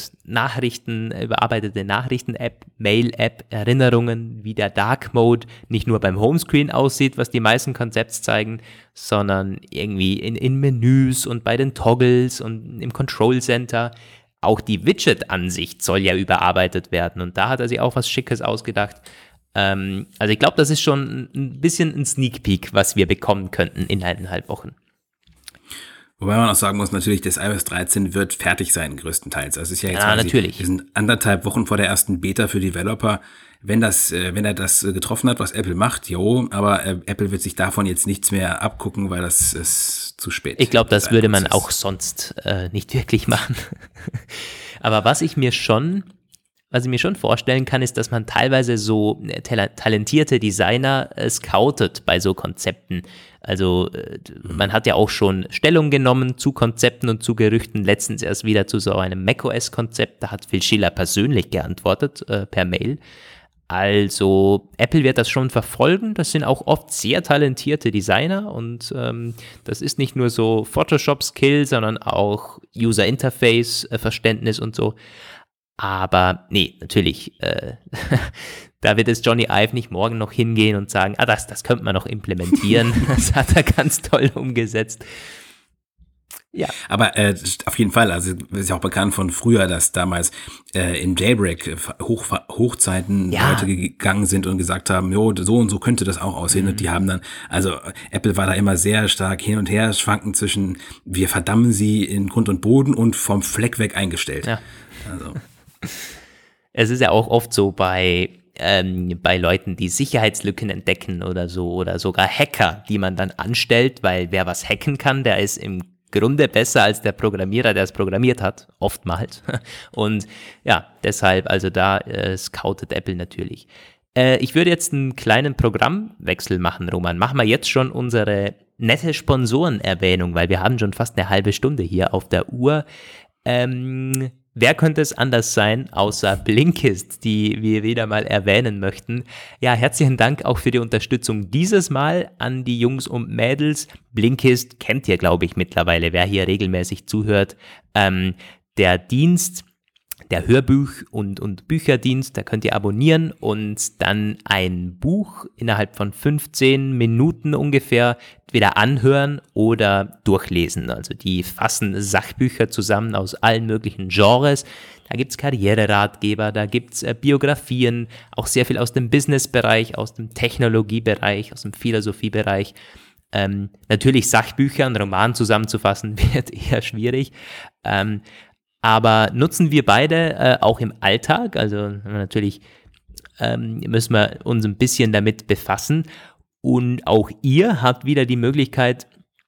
Nachrichten-App, Mail-App, Erinnerungen, wie der Dark Mode nicht nur beim Homescreen aussieht, was die meisten Konzepts zeigen, sondern irgendwie in Menüs und bei den Toggles und im Control Center. Auch die Widget-Ansicht soll ja überarbeitet werden und da hat er sich auch was Schickes ausgedacht. Also ich glaube, das ist schon ein bisschen ein Sneak Peek, was wir bekommen könnten in 1,5 Wochen. Wobei man auch sagen muss, natürlich, das iOS 13 wird fertig sein, größtenteils. Also es ist ja jetzt natürlich. Wir sind 1,5 Wochen vor der ersten Beta für Developer. Wenn er das getroffen hat, was Apple macht, aber Apple wird sich davon jetzt nichts mehr abgucken, weil das ist zu spät. Ich glaube, das würde man auch sonst nicht wirklich machen. Aber was ich mir schon vorstellen kann, ist, dass man teilweise so talentierte Designer scoutet bei so Konzepten. Also man hat ja auch schon Stellung genommen zu Konzepten und zu Gerüchten. Letztens erst wieder zu so einem macOS-Konzept. Da hat Phil Schiller persönlich geantwortet per Mail. Also Apple wird das schon verfolgen. Das sind auch oft sehr talentierte Designer und das ist nicht nur so Photoshop-Skill, sondern auch User-Interface-Verständnis und so. Aber nee, natürlich, da wird jetzt Johnny Ive nicht morgen noch hingehen und sagen, das könnte man noch implementieren. Das hat er ganz toll umgesetzt. Ja. Aber auf jeden Fall, also ist ja auch bekannt von früher, dass damals in Jailbreak Hochzeiten Leute gegangen sind und gesagt haben, so und so könnte das auch aussehen. Und die haben dann, also Apple war da immer sehr stark hin und her schwanken zwischen, wir verdammen sie in Grund und Boden und vom Fleck weg eingestellt. Ja. Also. Es ist ja auch oft so bei Leuten, die Sicherheitslücken entdecken oder so, oder sogar Hacker, die man dann anstellt, weil wer was hacken kann, der ist im Grunde besser als der Programmierer, der es programmiert hat, oftmals. Und ja, deshalb, also da scoutet Apple natürlich. Ich würde jetzt einen kleinen Programmwechsel machen, Roman. Machen wir jetzt schon unsere nette Sponsorenerwähnung, weil wir haben schon fast eine halbe Stunde hier auf der Uhr. Wer könnte es anders sein, außer Blinkist, die wir wieder mal erwähnen möchten. Ja, herzlichen Dank auch für die Unterstützung dieses Mal an die Jungs und Mädels. Blinkist kennt ihr, glaube ich, mittlerweile, wer hier regelmäßig zuhört. Der Dienst, der Hörbuch- und Bücherdienst, da könnt ihr abonnieren und dann ein Buch innerhalb von 15 Minuten ungefähr wieder anhören oder durchlesen. Also die fassen Sachbücher zusammen aus allen möglichen Genres. Da gibt's Karriereratgeber, da gibt's Biografien, auch sehr viel aus dem Businessbereich, aus dem Technologiebereich, aus dem Philosophiebereich. Natürlich Sachbücher, einen Roman zusammenzufassen, wird eher schwierig. Aber nutzen wir beide auch im Alltag, also natürlich müssen wir uns ein bisschen damit befassen und auch ihr habt wieder die Möglichkeit,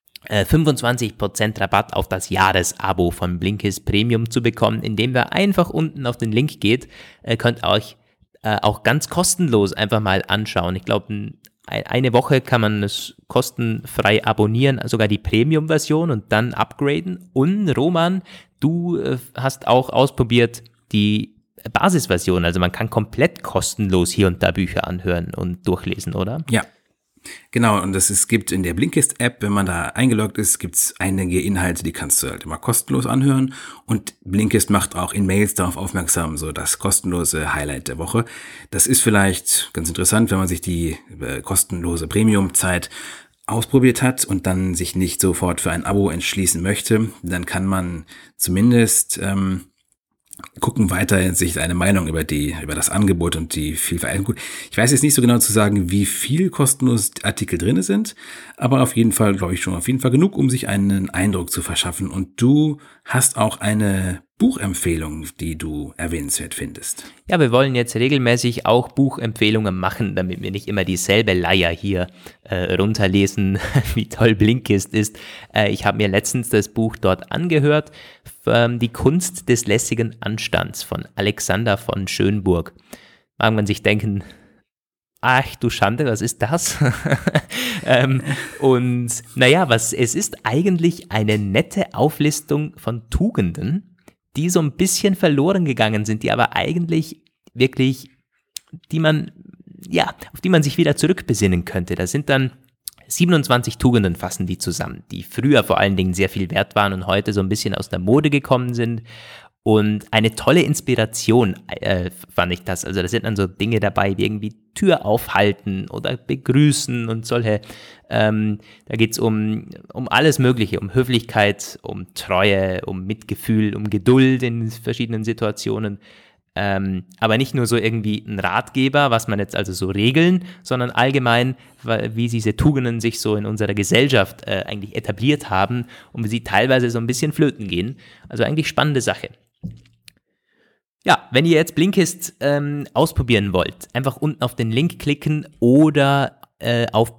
25% Rabatt auf das Jahresabo von Blinkist Premium zu bekommen, indem ihr einfach unten auf den Link geht, könnt ihr euch auch ganz kostenlos einfach mal anschauen. Ich glaube, eine Woche kann man es kostenfrei abonnieren, sogar die Premium-Version und dann upgraden. Und Roman, du hast auch ausprobiert die Basisversion, also man kann komplett kostenlos hier und da Bücher anhören und durchlesen, oder? Ja, genau. Und es gibt in der Blinkist-App, wenn man da eingeloggt ist, gibt es einige Inhalte, die kannst du halt immer kostenlos anhören. Und Blinkist macht auch in Mails darauf aufmerksam, so das kostenlose Highlight der Woche. Das ist vielleicht ganz interessant, wenn man sich die kostenlose Premium-Zeit ausprobiert hat und dann sich nicht sofort für ein Abo entschließen möchte. Dann kann man zumindest gucken weiter sich eine Meinung über das Angebot und die Vielfalt. Gut, ich weiß jetzt nicht so genau zu sagen, wie viel kostenlos Artikel drin sind, aber auf jeden Fall, glaube ich, schon auf jeden Fall genug, um sich einen Eindruck zu verschaffen. Und du hast auch eine Buchempfehlung, die du erwähnenswert findest. Ja, wir wollen jetzt regelmäßig auch Buchempfehlungen machen, damit wir nicht immer dieselbe Leier hier runterlesen, wie toll Blinkist ist. Ich habe mir letztens das Buch dort angehört, Die Kunst des lässigen Anstands von Alexander von Schönburg. Mag man sich denken, ach du Schande, was ist das? Und naja, es ist eigentlich eine nette Auflistung von Tugenden, die so ein bisschen verloren gegangen sind, die aber eigentlich wirklich, auf die man sich wieder zurückbesinnen könnte. Da sind dann 27 Tugenden fassen die zusammen, die früher vor allen Dingen sehr viel wert waren und heute so ein bisschen aus der Mode gekommen sind. Und eine tolle Inspiration fand ich das. Also da sind dann so Dinge dabei, wie irgendwie Tür aufhalten oder begrüßen und solche. Da geht's um alles Mögliche, um Höflichkeit, um Treue, um Mitgefühl, um Geduld in verschiedenen Situationen. Aber nicht nur so irgendwie ein Ratgeber, was man jetzt also so regeln, sondern allgemein, wie diese Tugenden sich so in unserer Gesellschaft eigentlich etabliert haben und wie sie teilweise so ein bisschen flöten gehen. Also eigentlich spannende Sache. Ja, wenn ihr jetzt Blinkist ausprobieren wollt, einfach unten auf den Link klicken oder auf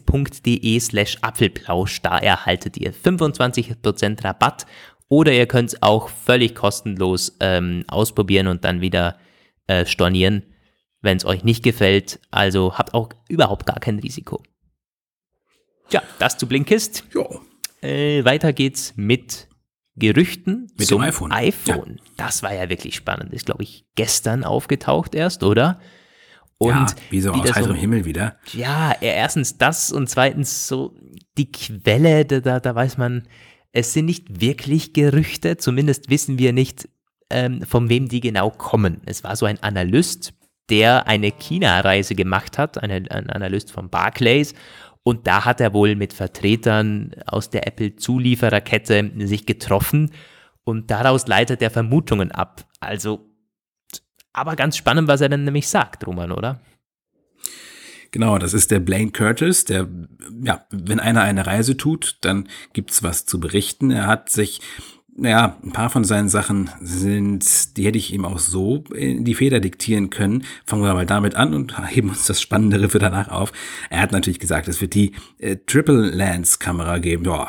blinkist.de/Apfelplausch, da erhaltet ihr 25% Rabatt oder ihr könnt es auch völlig kostenlos ausprobieren und dann wieder stornieren, wenn es euch nicht gefällt. Also habt auch überhaupt gar kein Risiko. Tja, das zu Blinkist. Weiter geht's mit Gerüchten mit zum dem iPhone. Ja. Das war ja wirklich spannend. Ist, glaube ich, gestern aufgetaucht erst, oder? Und ja, wie so aus heiterem Himmel wieder. Ja, erstens das und zweitens so die Quelle, da weiß man, es sind nicht wirklich Gerüchte, zumindest wissen wir nicht, von wem die genau kommen. Es war so ein Analyst, der eine China-Reise gemacht hat, ein Analyst von Barclays. Und da hat er wohl mit Vertretern aus der Apple-Zuliefererkette sich getroffen und daraus leitet er Vermutungen ab. Also, aber ganz spannend, was er dann nämlich sagt, Roman, oder? Genau, das ist der Blaine Curtis, der, ja, wenn einer eine Reise tut, dann gibt's was zu berichten. Er hat sich, ein paar von seinen Sachen die hätte ich ihm auch so in die Feder diktieren können. Fangen wir mal damit an und heben uns das Spannendere für danach auf. Er hat natürlich gesagt, es wird die Triple Lens Kamera geben. Ja,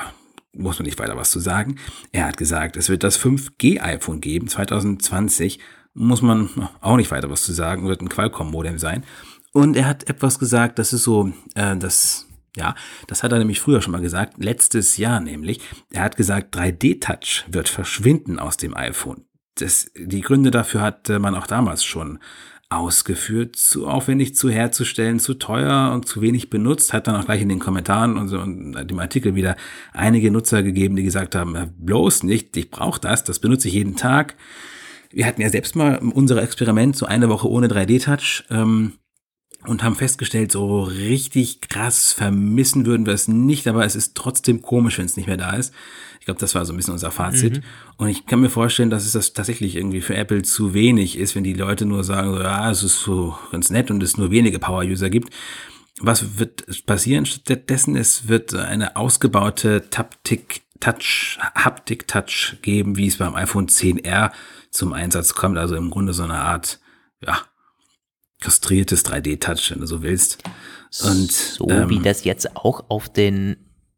muss man nicht weiter was zu sagen. Er hat gesagt, es wird das 5G-iPhone geben, 2020, muss man auch nicht weiter was zu sagen, wird ein Qualcomm-Modem sein. Und er hat etwas gesagt, das ist so, das hat er nämlich früher schon mal gesagt, letztes Jahr nämlich. Er hat gesagt, 3D-Touch wird verschwinden aus dem iPhone. Die Gründe dafür hat man auch damals schon ausgeführt, zu aufwendig zu herzustellen, zu teuer und zu wenig benutzt, hat dann auch gleich in den Kommentaren und dem Artikel wieder einige Nutzer gegeben, die gesagt haben, bloß nicht, ich brauche das benutze ich jeden Tag. Wir hatten ja selbst mal unser Experiment, so eine Woche ohne 3D-Touch, und haben festgestellt, so richtig krass vermissen würden wir es nicht, aber es ist trotzdem komisch, wenn es nicht mehr da ist. Ich glaube, das war so ein bisschen unser Fazit. Und ich kann mir vorstellen, dass es das tatsächlich irgendwie für Apple zu wenig ist, wenn die Leute nur sagen, so, ja, es ist so ganz nett und es nur wenige Power-User gibt. Was wird passieren stattdessen? Es wird eine ausgebaute Haptic-Touch geben, wie es beim iPhone XR zum Einsatz kommt. Also im Grunde so eine Art, kastriertes 3D-Touch, wenn du so willst. Und so wie das jetzt auch auf den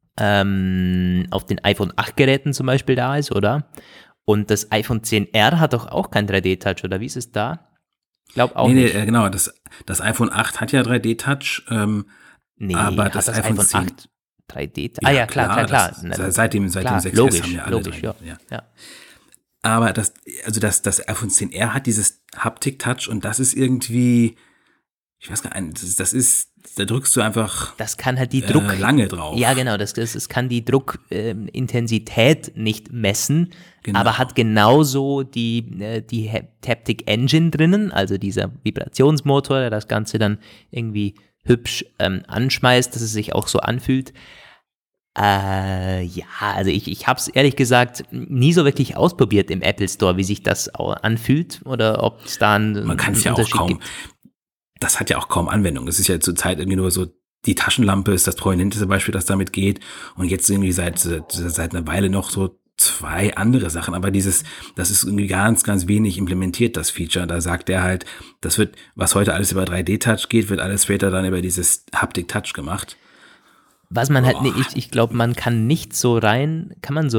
iPhone 8 Geräten zum Beispiel da ist, oder? Und das iPhone XR hat doch auch kein 3D-Touch, oder wie ist es da? Ich glaube auch nicht. Nee, genau, das iPhone 8 hat ja 3D-Touch, aber hat das iPhone 8 3D-Touch? Ja, klar. Seit dem 6S logisch, haben ja alle logisch, ja. Aber das iPhone XR hat dieses Haptic-Touch und das ist irgendwie, ich weiß gar nicht, da drückst du einfach das kann halt die lange drauf. Ja, genau, das kann die Druckintensität nicht messen, aber hat genauso die Haptic Engine drinnen, also dieser Vibrationsmotor, der das Ganze dann irgendwie hübsch anschmeißt, dass es sich auch so anfühlt. Also ich habe es ehrlich gesagt nie so wirklich ausprobiert im Apple Store, wie sich das anfühlt oder ob es da einen Unterschied gibt. Das hat ja auch kaum Anwendung. Es ist ja zurzeit irgendwie nur so, die Taschenlampe ist das prominenteste Beispiel, das damit geht. Und jetzt irgendwie seit einer Weile noch so 2 andere Sachen. Aber das ist irgendwie ganz, ganz wenig implementiert, das Feature. Da sagt er halt, das wird, was heute alles über 3D-Touch geht, wird alles später dann über dieses Haptic-Touch gemacht. Was man halt nicht, ich glaube, man kann so rein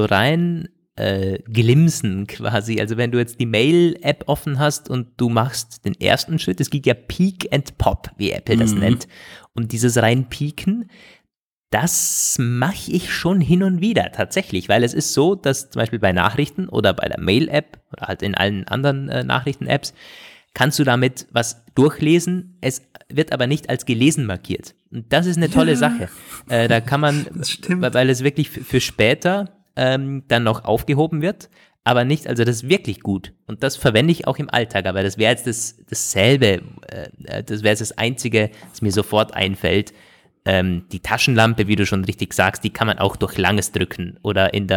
glimsen quasi. Also wenn du jetzt die Mail-App offen hast und du machst den ersten Schritt, es geht ja Peek and Pop, wie Apple das nennt. Und dieses reinpieken, das mache ich schon hin und wieder tatsächlich, weil es ist so, dass zum Beispiel bei Nachrichten oder bei der Mail-App oder halt in allen anderen Nachrichten-Apps kannst du damit was durchlesen, es wird aber nicht als gelesen markiert. Und das ist eine tolle Sache. Da kann man, weil es wirklich für später dann noch aufgehoben wird, aber nicht, also das ist wirklich gut. Und das verwende ich auch im Alltag, aber das wäre jetzt dasselbe, das wäre jetzt das Einzige, was mir sofort einfällt. Die Taschenlampe, wie du schon richtig sagst, die kann man auch durch langes Drücken oder im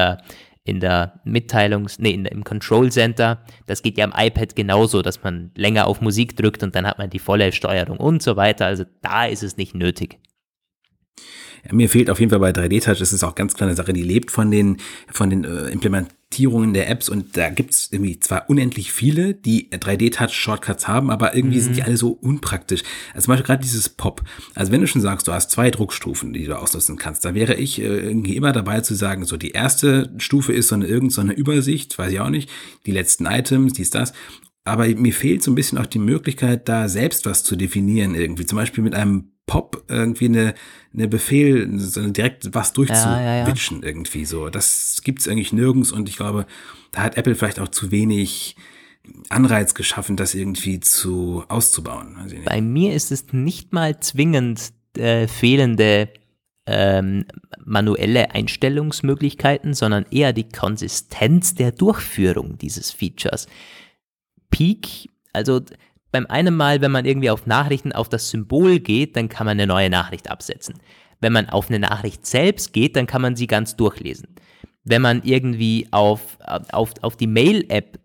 Control Center, das geht ja am iPad genauso, dass man länger auf Musik drückt und dann hat man die volle Steuerung und so weiter, also da ist es nicht nötig. Ja, mir fehlt auf jeden Fall bei 3D-Touch, das ist auch ganz kleine Sache, die lebt von den Implementierungen der Apps und da gibt's irgendwie zwar unendlich viele, die 3D-Touch-Shortcuts haben, aber irgendwie sind die alle so unpraktisch. Also zum Beispiel gerade dieses Pop. Also wenn du schon sagst, du hast 2 Druckstufen, die du ausnutzen kannst, da wäre ich irgendwie immer dabei zu sagen, so die erste Stufe ist so eine Übersicht, weiß ich auch nicht, die letzten Items, dies, das. Aber mir fehlt so ein bisschen auch die Möglichkeit, da selbst was zu definieren irgendwie. Zum Beispiel mit einem Pop irgendwie eine Befehl, so direkt was durchzuwitschen irgendwie so. Das gibt's eigentlich nirgends und ich glaube, da hat Apple vielleicht auch zu wenig Anreiz geschaffen, das irgendwie auszubauen. Bei mir ist es nicht mal zwingend fehlende manuelle Einstellungsmöglichkeiten, sondern eher die Konsistenz der Durchführung dieses Features. Peek, also beim einen Mal, wenn man irgendwie auf Nachrichten auf das Symbol geht, dann kann man eine neue Nachricht absetzen. Wenn man auf eine Nachricht selbst geht, dann kann man sie ganz durchlesen. Wenn man irgendwie auf die Mail-App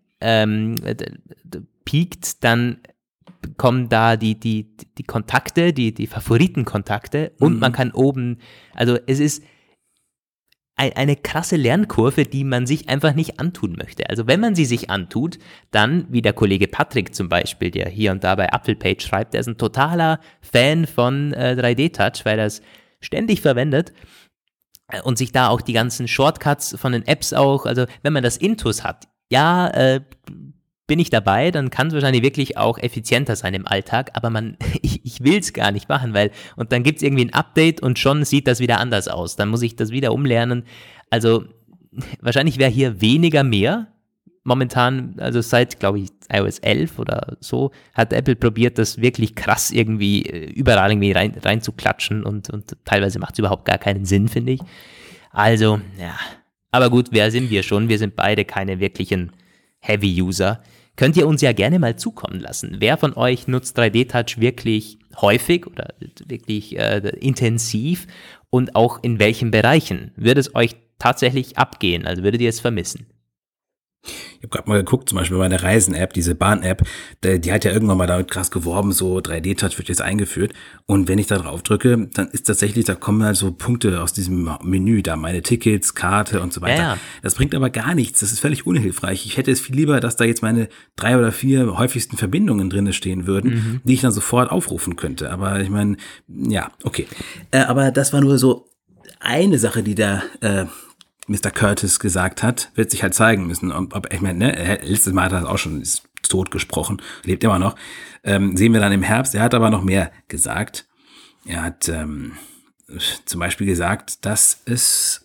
piekt, dann kommen da die Kontakte, die Favoritenkontakte und man kann oben, also es ist eine krasse Lernkurve, die man sich einfach nicht antun möchte. Also wenn man sie sich antut, dann, wie der Kollege Patrick zum Beispiel, der hier und da bei Apfelpage schreibt, der ist ein totaler Fan von 3D-Touch, weil er es ständig verwendet. und sich da auch die ganzen Shortcuts von den Apps auch, also wenn man das Intus hat, ja, bin ich dabei, dann kann es wahrscheinlich wirklich auch effizienter sein im Alltag, aber ich will es gar nicht machen, und dann gibt es irgendwie ein Update und schon sieht das wieder anders aus, dann muss ich das wieder umlernen, also wahrscheinlich wäre hier weniger mehr. Momentan, also seit, glaube ich, iOS 11 oder so, hat Apple probiert, das wirklich krass irgendwie überall irgendwie rein zu klatschen und teilweise macht es überhaupt gar keinen Sinn, finde ich. Also, ja. Aber gut, wer sind wir schon? Wir sind beide keine wirklichen Heavy-User. Könnt ihr uns ja gerne mal zukommen lassen. Wer von euch nutzt 3D-Touch wirklich häufig oder wirklich intensiv und auch in welchen Bereichen? Würde es euch tatsächlich abgehen? Also würdet ihr es vermissen? Ich habe gerade mal geguckt, zum Beispiel bei der Reisen-App, diese Bahn-App, die hat ja irgendwann mal damit krass geworben, so 3D-Touch wird jetzt eingeführt. Und wenn ich da drauf drücke, dann ist tatsächlich, da kommen halt so Punkte aus diesem Menü, da meine Tickets, Karte und so weiter. Ja. Das bringt aber gar nichts, das ist völlig unhilfreich. Ich hätte es viel lieber, dass da jetzt meine 3 oder 4 häufigsten Verbindungen drin stehen würden, die ich dann sofort aufrufen könnte. Aber ich meine, ja, okay. Aber das war nur so eine Sache, die da Mr. Curtis gesagt hat, wird sich halt zeigen müssen. Aber ich meine, ne, letztes Mal hat er auch schon, ist tot gesprochen, lebt immer noch. Sehen wir dann im Herbst. Er hat aber noch mehr gesagt. Er hat zum Beispiel gesagt, dass es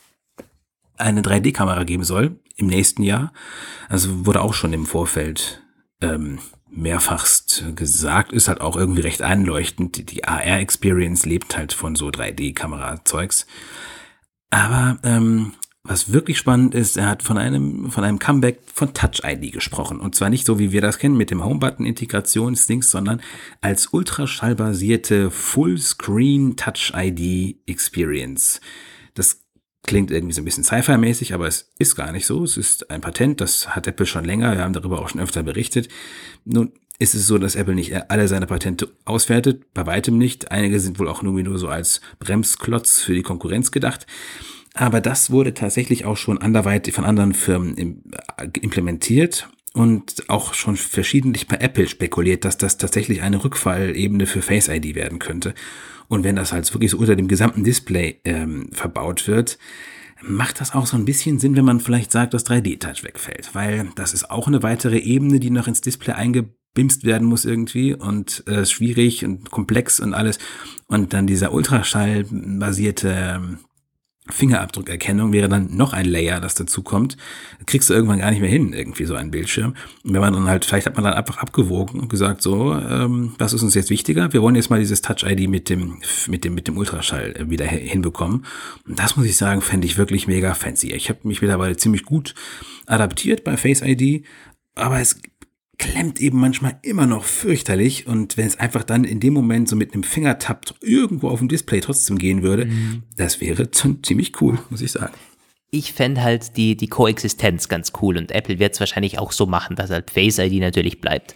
eine 3D-Kamera geben soll im nächsten Jahr. Also wurde auch schon im Vorfeld mehrfachst gesagt, ist halt auch irgendwie recht einleuchtend. Die AR-Experience lebt halt von so 3D-Kamera-Zeugs. Aber was wirklich spannend ist, er hat von einem Comeback von Touch ID gesprochen. Und zwar nicht so, wie wir das kennen, mit dem Homebutton-Integrationsdings, sondern als ultraschallbasierte Fullscreen Touch ID Experience. Das klingt irgendwie so ein bisschen Sci-Fi-mäßig, aber es ist gar nicht so. Es ist ein Patent, das hat Apple schon länger, wir haben darüber auch schon öfter berichtet. Nun ist es so, dass Apple nicht alle seine Patente auswertet, bei weitem nicht. Einige sind wohl auch nur so als Bremsklotz für die Konkurrenz gedacht. Aber das wurde tatsächlich auch schon anderweitig von anderen Firmen implementiert und auch schon verschiedentlich bei Apple spekuliert, dass das tatsächlich eine Rückfallebene für Face ID werden könnte. Und wenn das halt wirklich so unter dem gesamten Display verbaut wird, macht das auch so ein bisschen Sinn, wenn man vielleicht sagt, dass 3D-Touch wegfällt. Weil das ist auch eine weitere Ebene, die noch ins Display eingebimst werden muss irgendwie und schwierig und komplex und alles. Und dann dieser ultraschallbasierte Fingerabdruckerkennung wäre dann noch ein Layer, das dazu kommt. Kriegst du irgendwann gar nicht mehr hin, irgendwie so einen Bildschirm. Und wenn man dann halt, vielleicht hat man dann einfach abgewogen und gesagt, so, was ist uns jetzt wichtiger? Wir wollen jetzt mal dieses Touch-ID mit dem Ultraschall wieder hinbekommen. Und das muss ich sagen, fände ich wirklich mega fancy. Ich habe mich mittlerweile ziemlich gut adaptiert bei Face ID, aber es klemmt eben manchmal immer noch fürchterlich und wenn es einfach dann in dem Moment so mit einem Fingertap irgendwo auf dem Display trotzdem gehen würde, das wäre ziemlich cool, muss ich sagen. Ich fände halt die Koexistenz ganz cool und Apple wird es wahrscheinlich auch so machen, dass halt Face ID natürlich bleibt.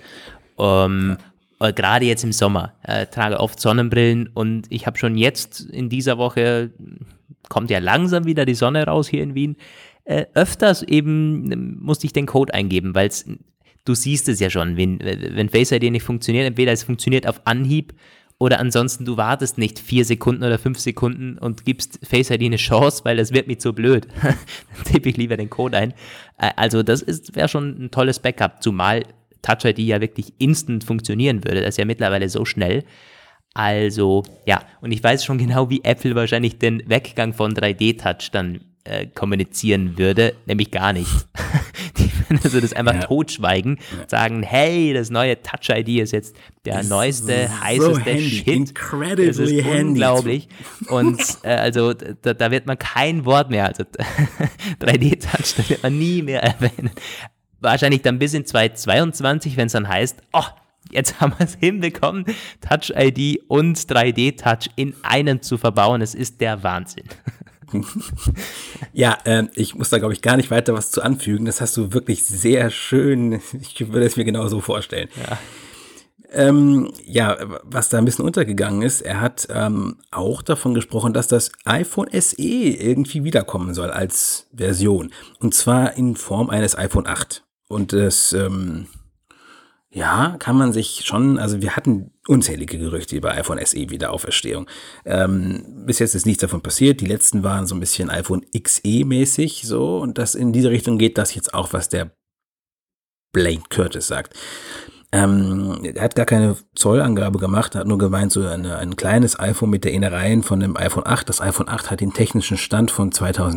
Gerade jetzt im Sommer, trage oft Sonnenbrillen und ich habe schon jetzt in dieser Woche, kommt ja langsam wieder die Sonne raus hier in Wien, öfters eben musste ich den Code eingeben, weil du siehst es ja schon, wenn Face ID nicht funktioniert, entweder es funktioniert auf Anhieb oder ansonsten du wartest nicht 4 Sekunden oder 5 Sekunden und gibst Face ID eine Chance, weil das wird mir zu blöd. Dann tippe ich lieber den Code ein. Also das wäre schon ein tolles Backup, zumal Touch ID ja wirklich instant funktionieren würde. Das ist ja mittlerweile so schnell. Also ja, und ich weiß schon genau, wie Apple wahrscheinlich den Weggang von 3D-Touch dann kommunizieren würde, nämlich gar nicht. Die würden also das einfach totschweigen, sagen, hey, das neue Touch-ID ist jetzt der neueste, heißeste handy, Shit. Incredibly das ist unglaublich. Und also da wird man kein Wort mehr, also 3D-Touch, da wird man nie mehr erwähnen. Wahrscheinlich dann bis in 2022, wenn es dann heißt, jetzt haben wir es hinbekommen, Touch-ID und 3D-Touch in einen zu verbauen. Es ist der Wahnsinn. Ja, ich muss da, glaube ich, gar nicht weiter was zu anfügen. Das hast du wirklich sehr schön, ich würde es mir genau so vorstellen. Ja. Was da ein bisschen untergegangen ist, er hat auch davon gesprochen, dass das iPhone SE irgendwie wiederkommen soll als Version. Und zwar in Form eines iPhone 8. Und das Ja, kann man sich schon, also wir hatten unzählige Gerüchte über iPhone SE Wiederauferstehung. Bis jetzt ist nichts davon passiert. Die letzten waren so ein bisschen iPhone XE mäßig so und das in diese Richtung geht das jetzt auch, was der Blaine Curtis sagt. Er hat gar keine Zollangabe gemacht, hat nur gemeint, so ein kleines iPhone mit der Innereien von dem iPhone 8. Das iPhone 8 hat den technischen Stand von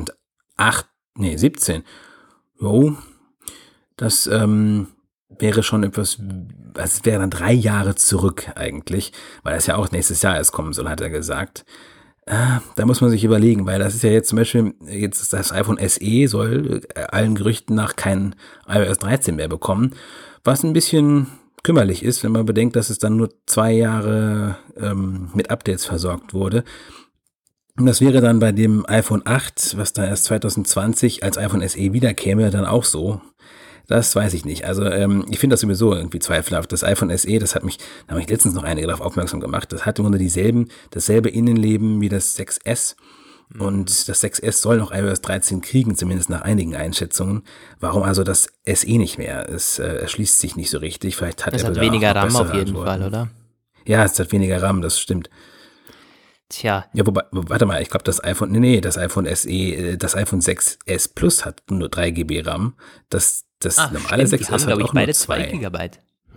17. Jo, das wäre schon etwas, also es wäre dann 3 Jahre zurück eigentlich, weil das ja auch nächstes Jahr erst kommen soll, hat er gesagt. Da muss man sich überlegen, weil das ist ja jetzt zum Beispiel, jetzt das iPhone SE soll allen Gerüchten nach kein iOS 13 mehr bekommen, was ein bisschen kümmerlich ist, wenn man bedenkt, dass es dann nur 2 Jahre mit Updates versorgt wurde. Und das wäre dann bei dem iPhone 8, was dann erst 2020 als iPhone SE wiederkäme, dann auch so. Das weiß ich nicht. Also ich finde das sowieso irgendwie zweifelhaft. Das iPhone SE, da habe ich letztens noch einige darauf aufmerksam gemacht, das hat im Grunde dasselbe Innenleben wie das 6S. Und das 6S soll noch iOS 13 kriegen, zumindest nach einigen Einschätzungen. Warum also das SE nicht mehr? Es erschließt sich nicht so richtig. Vielleicht hat es Apple hat weniger RAM auf jeden Antworten. Fall, oder? Ja, es hat weniger RAM, das stimmt. Tja. Ja, wobei, warte mal, ich glaube, das iPhone SE, das iPhone 6S Plus hat nur 3 GB RAM. Das normale 6S haben, hat auch beide nur 2 GB.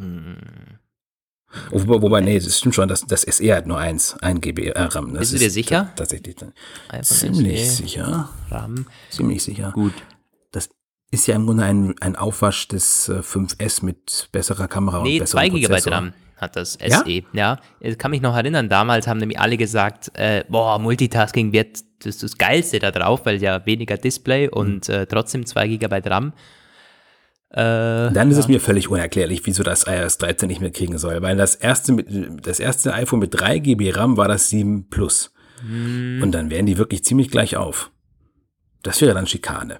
Wobei, nee, das stimmt schon, das SE hat nur 1 GB RAM. Das Bist du dir sicher? Tatsächlich. Ziemlich sicher. RAM. Ziemlich sicher. Gut. Das ist ja im Grunde ein Aufwasch des 5S mit besserer Kamera und besserem 2 GB Prozessor. RAM hat das SE. Ja, ich kann mich noch erinnern, damals haben nämlich alle gesagt, Multitasking wird das Geilste da drauf, weil ja weniger Display und trotzdem 2 GB RAM. Dann ist es mir völlig unerklärlich, wieso das iOS 13 nicht mehr kriegen soll, weil das erste iPhone mit 3 GB RAM war das 7 Plus. Und dann wären die wirklich ziemlich gleich auf. Das wäre dann Schikane.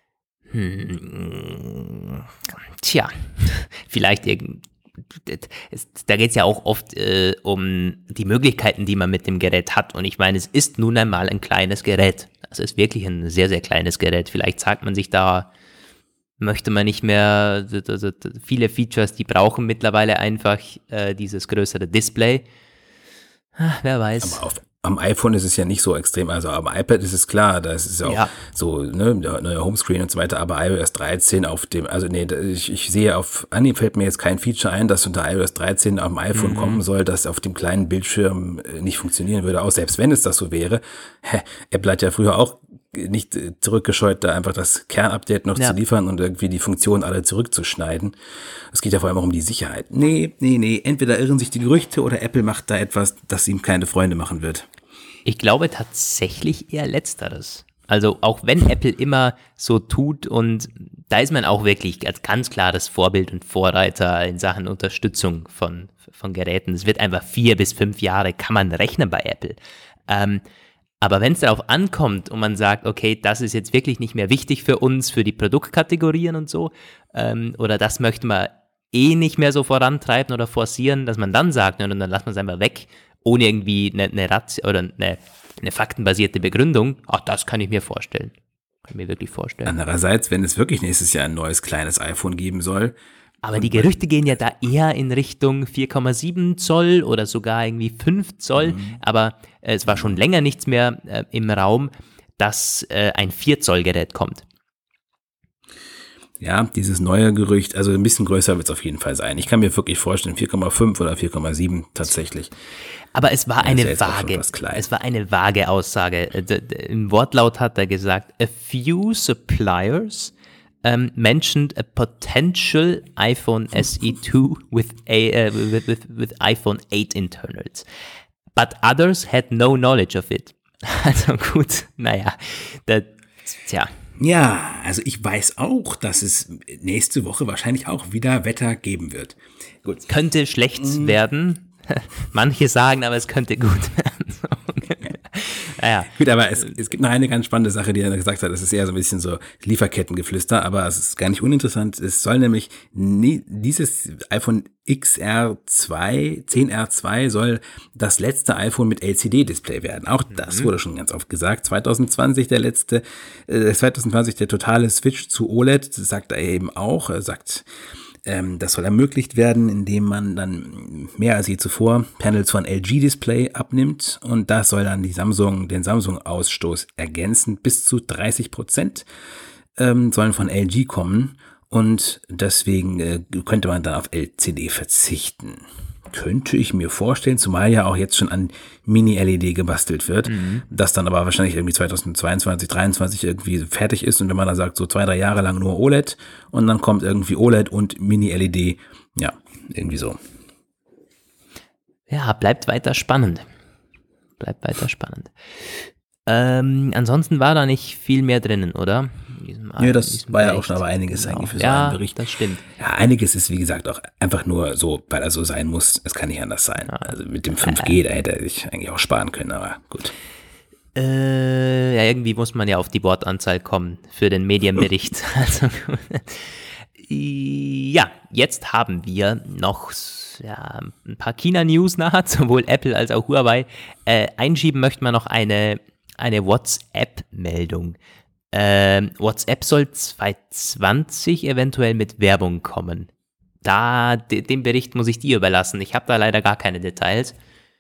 Tja, vielleicht da geht es ja auch oft um die Möglichkeiten, die man mit dem Gerät hat. Und ich meine, es ist nun einmal ein kleines Gerät. Es ist wirklich ein sehr, sehr kleines Gerät. Vielleicht sagt man sich da, möchte man nicht mehr viele Features, die brauchen mittlerweile einfach dieses größere Display. Wer weiß. Aber am iPhone ist es ja nicht so extrem, also am iPad ist es klar, das ist auch so, ne, neuer Homescreen und so weiter, aber iOS 13 auf dem, also nee, ich sehe auf Anhieb fällt mir jetzt kein Feature ein, das unter iOS 13 auf dem iPhone kommen soll, das auf dem kleinen Bildschirm nicht funktionieren würde, auch selbst wenn es das so wäre. Apple hat ja früher auch nicht zurückgescheut, da einfach das Kernupdate noch zu liefern und irgendwie die Funktionen alle zurückzuschneiden. Es geht ja vor allem auch um die Sicherheit. Nee. Entweder irren sich die Gerüchte oder Apple macht da etwas, das ihm keine Freunde machen wird. Ich glaube tatsächlich eher Letzteres. Also auch wenn Apple immer so tut und da ist man auch wirklich als ganz klares Vorbild und Vorreiter in Sachen Unterstützung von Geräten. Es wird einfach 4 bis 5 Jahre kann man rechnen bei Apple. Aber wenn es darauf ankommt und man sagt, okay, das ist jetzt wirklich nicht mehr wichtig für uns, für die Produktkategorien und so, oder das möchten wir nicht mehr so vorantreiben oder forcieren, dass man dann sagt, und dann lassen wir es einfach weg, ohne irgendwie eine faktenbasierte Begründung, das kann ich mir vorstellen. Kann ich mir wirklich vorstellen. Andererseits, wenn es wirklich nächstes Jahr ein neues kleines iPhone geben soll. Aber die Gerüchte gehen ja da eher in Richtung 4,7 Zoll oder sogar irgendwie 5 Zoll. Aber es war schon länger nichts mehr im Raum, dass ein 4-Zoll-Gerät kommt. Ja, dieses neue Gerücht, also ein bisschen größer wird es auf jeden Fall sein. Ich kann mir wirklich vorstellen, 4,5 oder 4,7 tatsächlich. Aber es war eine vage Aussage. Im Wortlaut hat er gesagt, a few suppliers mentioned a potential iPhone SE2 with iPhone 8 internals. But others had no knowledge of it. Also gut, tja. Ja, also ich weiß auch, dass es nächste Woche wahrscheinlich auch wieder Wetter geben wird. Gut. Könnte schlecht werden. Manche sagen, aber es könnte gut werden. Naja. Gut, aber es gibt noch eine ganz spannende Sache, die er gesagt hat. Das ist eher so ein bisschen so Lieferkettengeflüster, aber es ist gar nicht uninteressant. Es soll nämlich dieses iPhone XR2, 10R2 soll das letzte iPhone mit LCD-Display werden. Auch das wurde schon ganz oft gesagt. 2020 der totale Switch zu OLED, sagt er eben auch. Er sagt, Das soll ermöglicht werden, indem man dann mehr als je zuvor Panels von LG-Display abnimmt und das soll dann den Samsung-Ausstoß ergänzen. Bis zu 30% sollen von LG kommen und deswegen könnte man dann auf LCD verzichten. Könnte ich mir vorstellen, zumal ja auch jetzt schon an Mini-LED gebastelt wird, das dann aber wahrscheinlich irgendwie 2022, 2023 irgendwie fertig ist und wenn man dann sagt, so 2-3 Jahre lang nur OLED und dann kommt irgendwie OLED und Mini-LED, ja, irgendwie so. Ja, bleibt weiter spannend. Ansonsten war da nicht viel mehr drinnen, oder? Ja, das war ja auch schon aber einiges eigentlich für so einen Bericht. Ja, das stimmt. Ja, einiges ist, wie gesagt, auch einfach nur so, weil er so sein muss. Es kann nicht anders sein. Ja. Also mit dem 5G, da hätte er sich eigentlich auch sparen können, aber gut. Ja, irgendwie muss man ja auf die Wortanzahl kommen für den Medienbericht. Also, ja, jetzt haben wir noch ein paar China-News nachher, sowohl Apple als auch Huawei. Einschieben möchte man noch eine WhatsApp-Meldung. WhatsApp soll 2020 eventuell mit Werbung kommen. Den Bericht muss ich dir überlassen. Ich habe da leider gar keine Details.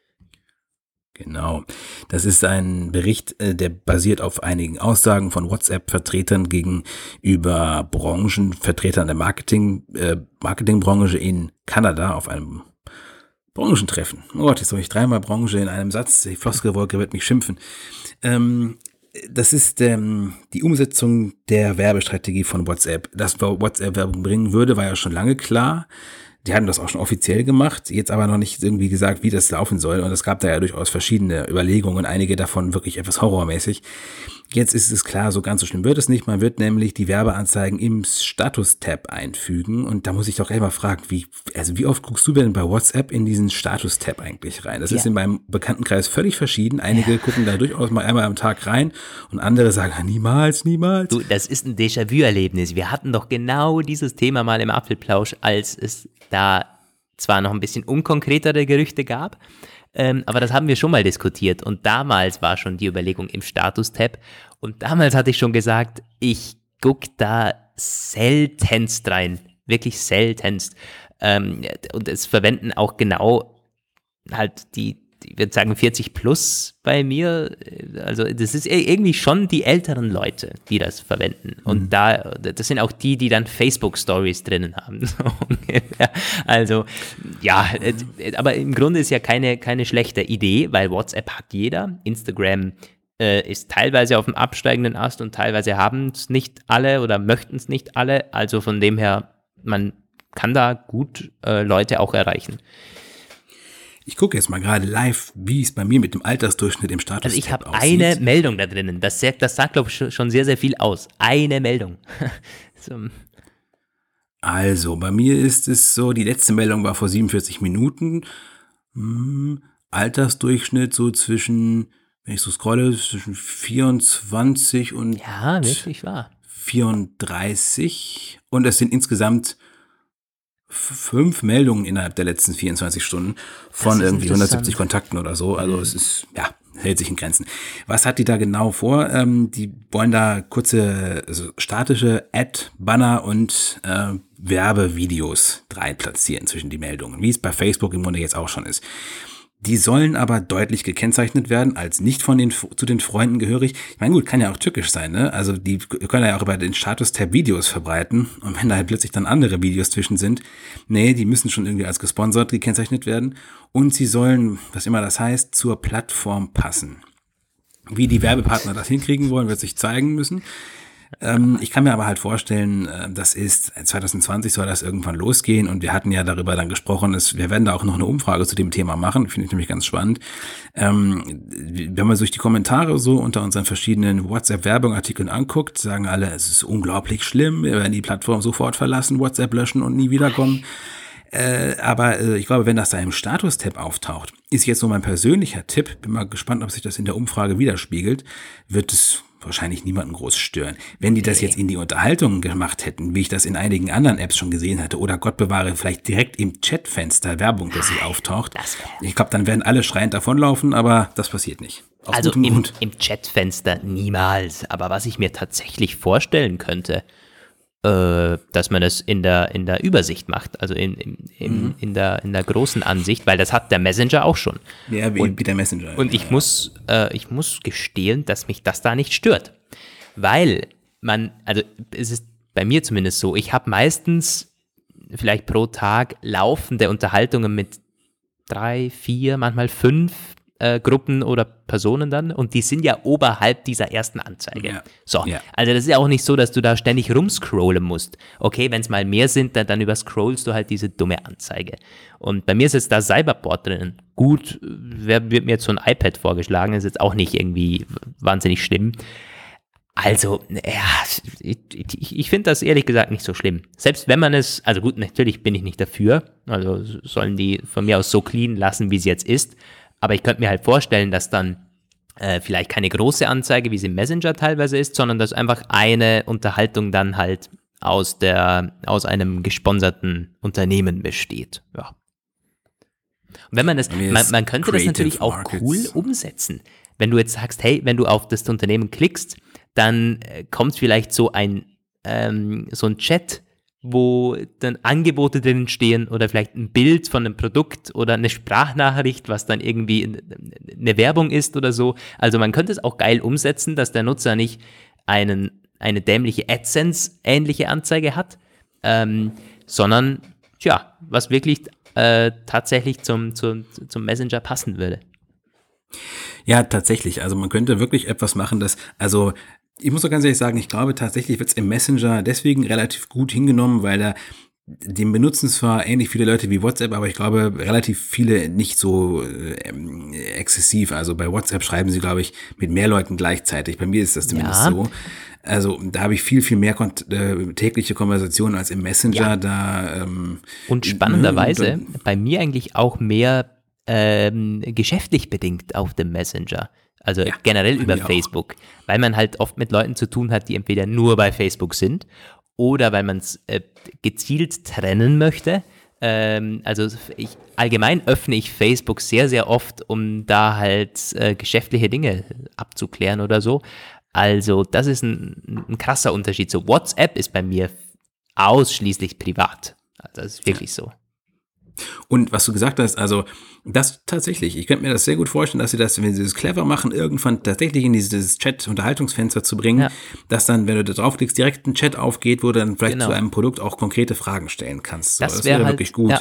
Genau. Das ist ein Bericht, der basiert auf einigen Aussagen von WhatsApp-Vertretern gegenüber Branchenvertretern der Marketingbranche in Kanada auf einem Branchentreffen. Oh Gott, jetzt habe ich 3-mal Branche in einem Satz. Die Floskelwolke wird mich schimpfen. Das ist die Umsetzung der Werbestrategie von WhatsApp. Dass WhatsApp Werbung bringen würde, war ja schon lange klar. Die hatten das auch schon offiziell gemacht, jetzt aber noch nicht irgendwie gesagt, wie das laufen soll. Und es gab da ja durchaus verschiedene Überlegungen, einige davon wirklich etwas horrormäßig. Jetzt ist es klar, so ganz so schlimm wird es nicht. Man wird nämlich die Werbeanzeigen im Status-Tab einfügen. Und da muss ich doch gleich mal fragen, wie oft guckst du denn bei WhatsApp in diesen Status-Tab eigentlich rein? Das ist in meinem Bekanntenkreis völlig verschieden. Einige gucken da durchaus mal einmal am Tag rein und andere sagen, niemals. Du, das ist ein Déjà-vu-Erlebnis. Wir hatten doch genau dieses Thema mal im Apfelplausch, als es da zwar noch ein bisschen unkonkretere Gerüchte gab, aber das haben wir schon mal diskutiert und damals war schon die Überlegung im Status-Tab und damals hatte ich schon gesagt, ich gucke da seltenst rein, wirklich seltenst und es verwenden auch genau halt ich würde sagen 40 plus bei mir, also das ist irgendwie schon die älteren Leute, die das verwenden und das sind auch die dann Facebook-Stories drinnen haben, so ungefähr. Also ja, aber im Grunde ist ja keine schlechte Idee, weil WhatsApp hat jeder, Instagram ist teilweise auf dem absteigenden Ast und teilweise haben es nicht alle oder möchten es nicht alle, also von dem her, man kann da gut Leute auch erreichen. Ich gucke jetzt mal gerade live, wie es bei mir mit dem Altersdurchschnitt im Status aussieht. Also ich habe aussieht. Eine Meldung da drinnen. Das sagt glaube ich, schon sehr, sehr viel aus. Eine Meldung. So. Also, bei mir ist es so, die letzte Meldung war vor 47 Minuten. Altersdurchschnitt so zwischen, wenn ich so scrolle, zwischen 24 und ja, wirklich wahr. 34. Und es sind insgesamt 5 Meldungen innerhalb der letzten 24 Stunden von irgendwie 170 Kontakten oder so. Also es ist, hält sich in Grenzen. Was hat die da genau vor? Die wollen da kurze statische Ad, Banner und Werbevideos rein platzieren zwischen die Meldungen, wie es bei Facebook im Grunde jetzt auch schon ist. Die sollen aber deutlich gekennzeichnet werden, als nicht zu den Freunden gehörig. Ich meine, gut, kann ja auch tückisch sein, ne? Also die können ja auch über den Status-Tab Videos verbreiten. Und wenn da halt plötzlich dann andere Videos zwischen sind, die müssen schon irgendwie als gesponsert gekennzeichnet werden. Und sie sollen, was immer das heißt, zur Plattform passen. Wie die Werbepartner das hinkriegen wollen, wird sich zeigen müssen. Ich kann mir aber halt vorstellen, 2020 soll das irgendwann losgehen und wir hatten ja darüber dann gesprochen, wir werden da auch noch eine Umfrage zu dem Thema machen, finde ich nämlich ganz spannend. Wenn man sich die Kommentare so unter unseren verschiedenen WhatsApp-Werbung-Artikeln anguckt, sagen alle, es ist unglaublich schlimm, wir werden die Plattform sofort verlassen, WhatsApp löschen und nie wiederkommen. Aber ich glaube, wenn das da im Status-Tab auftaucht, ist jetzt so mein persönlicher Tipp, bin mal gespannt, ob sich das in der Umfrage widerspiegelt, wird es wahrscheinlich niemanden groß stören. Wenn die das jetzt in die Unterhaltung gemacht hätten, wie ich das in einigen anderen Apps schon gesehen hatte, oder Gott bewahre, vielleicht direkt im Chatfenster Werbung, dass sie auftaucht, ich glaube, dann werden alle schreiend davonlaufen, aber das passiert nicht. Also im Chatfenster niemals. Aber was ich mir tatsächlich vorstellen könnte, dass man das in der Übersicht macht, also in der großen Ansicht, weil das hat der Messenger auch schon. Ja, wie der Messenger. Und ich muss gestehen, dass mich das da nicht stört. Weil also es ist bei mir zumindest so, ich habe meistens vielleicht pro Tag laufende Unterhaltungen mit 3, 4, manchmal 5 Gruppen oder Personen dann und die sind ja oberhalb dieser ersten Anzeige. Ja. So, Ja. also das ist ja auch nicht so, dass du da ständig rumscrollen musst. Okay, wenn es mal mehr sind, dann überscrollst du halt diese dumme Anzeige. Und bei mir ist jetzt da Cyberport drin. Gut, wird mir jetzt so ein iPad vorgeschlagen, ist jetzt auch nicht irgendwie wahnsinnig schlimm. Also, ja, ich finde das ehrlich gesagt nicht so schlimm. Selbst wenn man es, also gut, natürlich bin ich nicht dafür, also sollen die von mir aus so clean lassen, wie es jetzt ist, aber ich könnte mir halt vorstellen, dass dann vielleicht keine große Anzeige, wie sie im Messenger teilweise ist, sondern dass einfach eine Unterhaltung dann halt aus einem gesponserten Unternehmen besteht. Ja. Und wenn man das, man könnte das natürlich auch cool umsetzen. Wenn du jetzt sagst, hey, wenn du auf das Unternehmen klickst, dann kommt vielleicht so ein Chat, wo dann Angebote drin stehen oder vielleicht ein Bild von einem Produkt oder eine Sprachnachricht, was dann irgendwie eine Werbung ist oder so. Also man könnte es auch geil umsetzen, dass der Nutzer nicht eine dämliche AdSense-ähnliche Anzeige hat, sondern ja, was wirklich tatsächlich zum Messenger passen würde. Ja, tatsächlich. Also man könnte wirklich etwas machen, also ich muss doch ganz ehrlich sagen, ich glaube tatsächlich wird es im Messenger deswegen relativ gut hingenommen, weil den benutzen zwar ähnlich viele Leute wie WhatsApp, aber ich glaube relativ viele nicht so exzessiv. Also bei WhatsApp schreiben sie, glaube ich, mit mehr Leuten gleichzeitig. Bei mir ist das zumindest so. Also da habe ich viel, viel mehr tägliche Konversationen als im Messenger. Ja. Und spannenderweise bei mir eigentlich auch mehr geschäftlich bedingt auf dem Messenger. Also generell über Facebook, weil man halt oft mit Leuten zu tun hat, die entweder nur bei Facebook sind oder weil man es gezielt trennen möchte. Also allgemein öffne ich Facebook sehr, sehr oft, um da halt geschäftliche Dinge abzuklären oder so. Also das ist ein krasser Unterschied. So WhatsApp ist bei mir ausschließlich privat. Also das ist wirklich so. Und was du gesagt hast, also das tatsächlich, ich könnte mir das sehr gut vorstellen, dass sie das, wenn sie das clever machen, irgendwann tatsächlich in dieses Chat-Unterhaltungsfenster zu bringen, dass dann, wenn du da draufklickst, direkt ein Chat aufgeht, wo du dann vielleicht zu einem Produkt auch konkrete Fragen stellen kannst. So, das wäre halt, wirklich gut. Ja.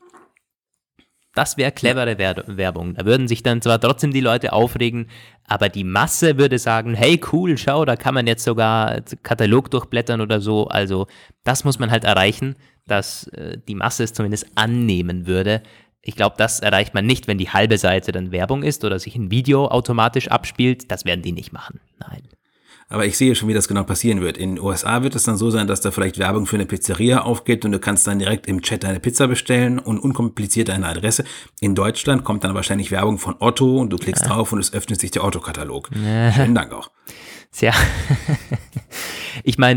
Das wäre clevere Werbung. Da würden sich dann zwar trotzdem die Leute aufregen, aber die Masse würde sagen, hey cool, schau, da kann man jetzt sogar Katalog durchblättern oder so. Also das muss man halt erreichen, dass die Masse es zumindest annehmen würde. Ich glaube, das erreicht man nicht, wenn die halbe Seite dann Werbung ist oder sich ein Video automatisch abspielt. Das werden die nicht machen. Nein. Aber ich sehe schon, wie das genau passieren wird. In den USA wird es dann so sein, dass da vielleicht Werbung für eine Pizzeria aufgeht und du kannst dann direkt im Chat deine Pizza bestellen und unkompliziert deine Adresse. In Deutschland kommt dann wahrscheinlich Werbung von Otto und du klickst drauf und es öffnet sich der Otto-Katalog. Schönen Dank auch. Tja, ich meine,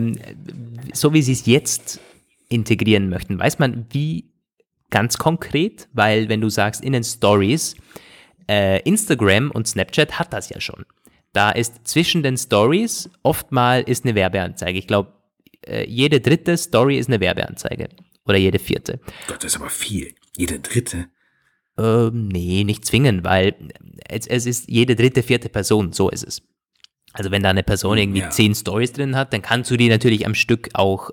so wie sie es jetzt integrieren möchten, weiß man wie ganz konkret, weil wenn du sagst in den Stories, Instagram und Snapchat hat das ja schon. Da ist zwischen den Stories oftmals ist eine Werbeanzeige. Ich glaube, jede dritte Story ist eine Werbeanzeige. Oder jede vierte. Gott, das ist aber viel. Jede dritte? Nee, nicht zwingend, weil es ist jede dritte, vierte Person. So ist es. Also wenn da eine Person irgendwie 10 Stories drin hat, dann kannst du die natürlich am Stück auch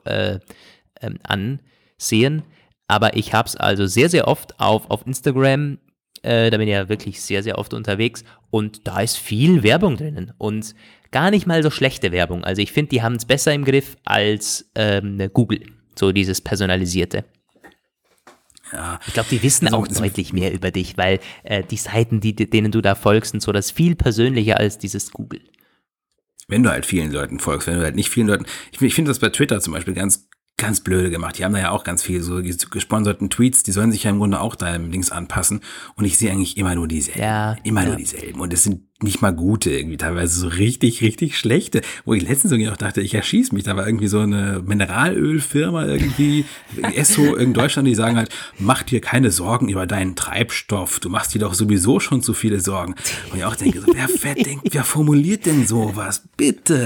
ansehen. Aber ich habe es also sehr, sehr oft auf Instagram. Da bin ich ja wirklich sehr, sehr oft unterwegs und da ist viel Werbung drinnen und gar nicht mal so schlechte Werbung. Also ich finde, die haben es besser im Griff als Google, so dieses Personalisierte. Ja. Ich glaube, die wissen auch deutlich mehr über dich, weil die Seiten, denen du da folgst, sind so das viel persönlicher als dieses Google. Wenn du halt vielen Leuten folgst, wenn du halt nicht vielen Leuten, ich finde das bei Twitter zum Beispiel ganz blöde gemacht. Die haben da ja auch ganz viel so gesponserten Tweets, die sollen sich ja im Grunde auch deinem Links anpassen. Und ich sehe eigentlich immer nur dieselben. Nur dieselben. Und es sind nicht mal gute, irgendwie teilweise so richtig, richtig schlechte. Wo ich letztens irgendwie auch dachte, ich erschieße mich. Da war irgendwie so eine Mineralölfirma irgendwie, Esso in Deutschland, die sagen halt, mach dir keine Sorgen über deinen Treibstoff. Du machst dir doch sowieso schon zu viele Sorgen. Und ich auch denke so, wer formuliert denn sowas? Bitte.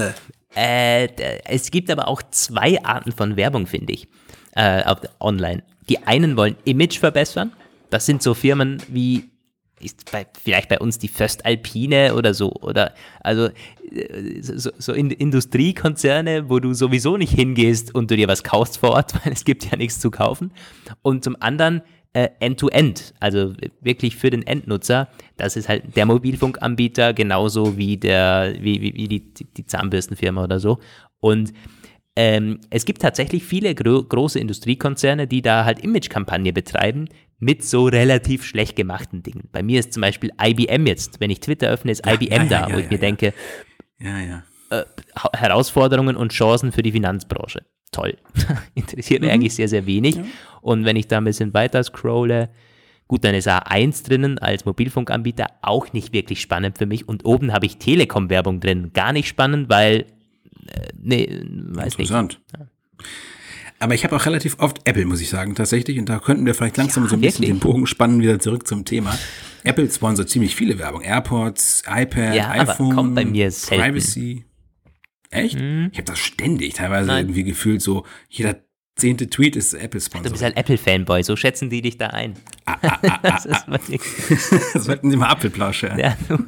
Es gibt aber auch zwei Arten von Werbung, finde ich, online. Die einen wollen Image verbessern. Das sind so Firmen wie vielleicht bei uns die Föstalpine oder so. Oder also so Industriekonzerne, wo du sowieso nicht hingehst und du dir was kaufst vor Ort, weil es gibt ja nichts zu kaufen. Und zum anderen End-to-End, also wirklich für den Endnutzer. Das ist halt der Mobilfunkanbieter, genauso wie die Zahnbürstenfirma oder so. Und es gibt tatsächlich viele große Industriekonzerne, die da halt Image-Kampagne betreiben mit so relativ schlecht gemachten Dingen. Bei mir ist zum Beispiel IBM jetzt, wenn ich Twitter öffne, ist IBM da, wo ich mir denke, Herausforderungen und Chancen für die Finanzbranche. Toll. Interessiert mich eigentlich sehr, sehr wenig. Ja. Und wenn ich da ein bisschen weiter scrolle, gut, dann ist A1 drinnen als Mobilfunkanbieter auch nicht wirklich spannend für mich. Und oben habe ich Telekom-Werbung drin. Gar nicht spannend, weil, weiß nicht. Interessant. Ja. Aber ich habe auch relativ oft Apple, muss ich sagen, tatsächlich. Und da könnten wir vielleicht langsam so ein bisschen den Bogen spannen, wieder zurück zum Thema. Apple sponsert ziemlich viele Werbung. AirPods, iPad, iPhone, aber kommt bei mir selten. Privacy. Echt? Ich habe das ständig, teilweise irgendwie gefühlt so, jeder 10. Tweet ist Apple-Sponsor. Du bist halt Apple-Fanboy, so schätzen die dich da ein. Das sollten Sie mal Apfelplausch hören.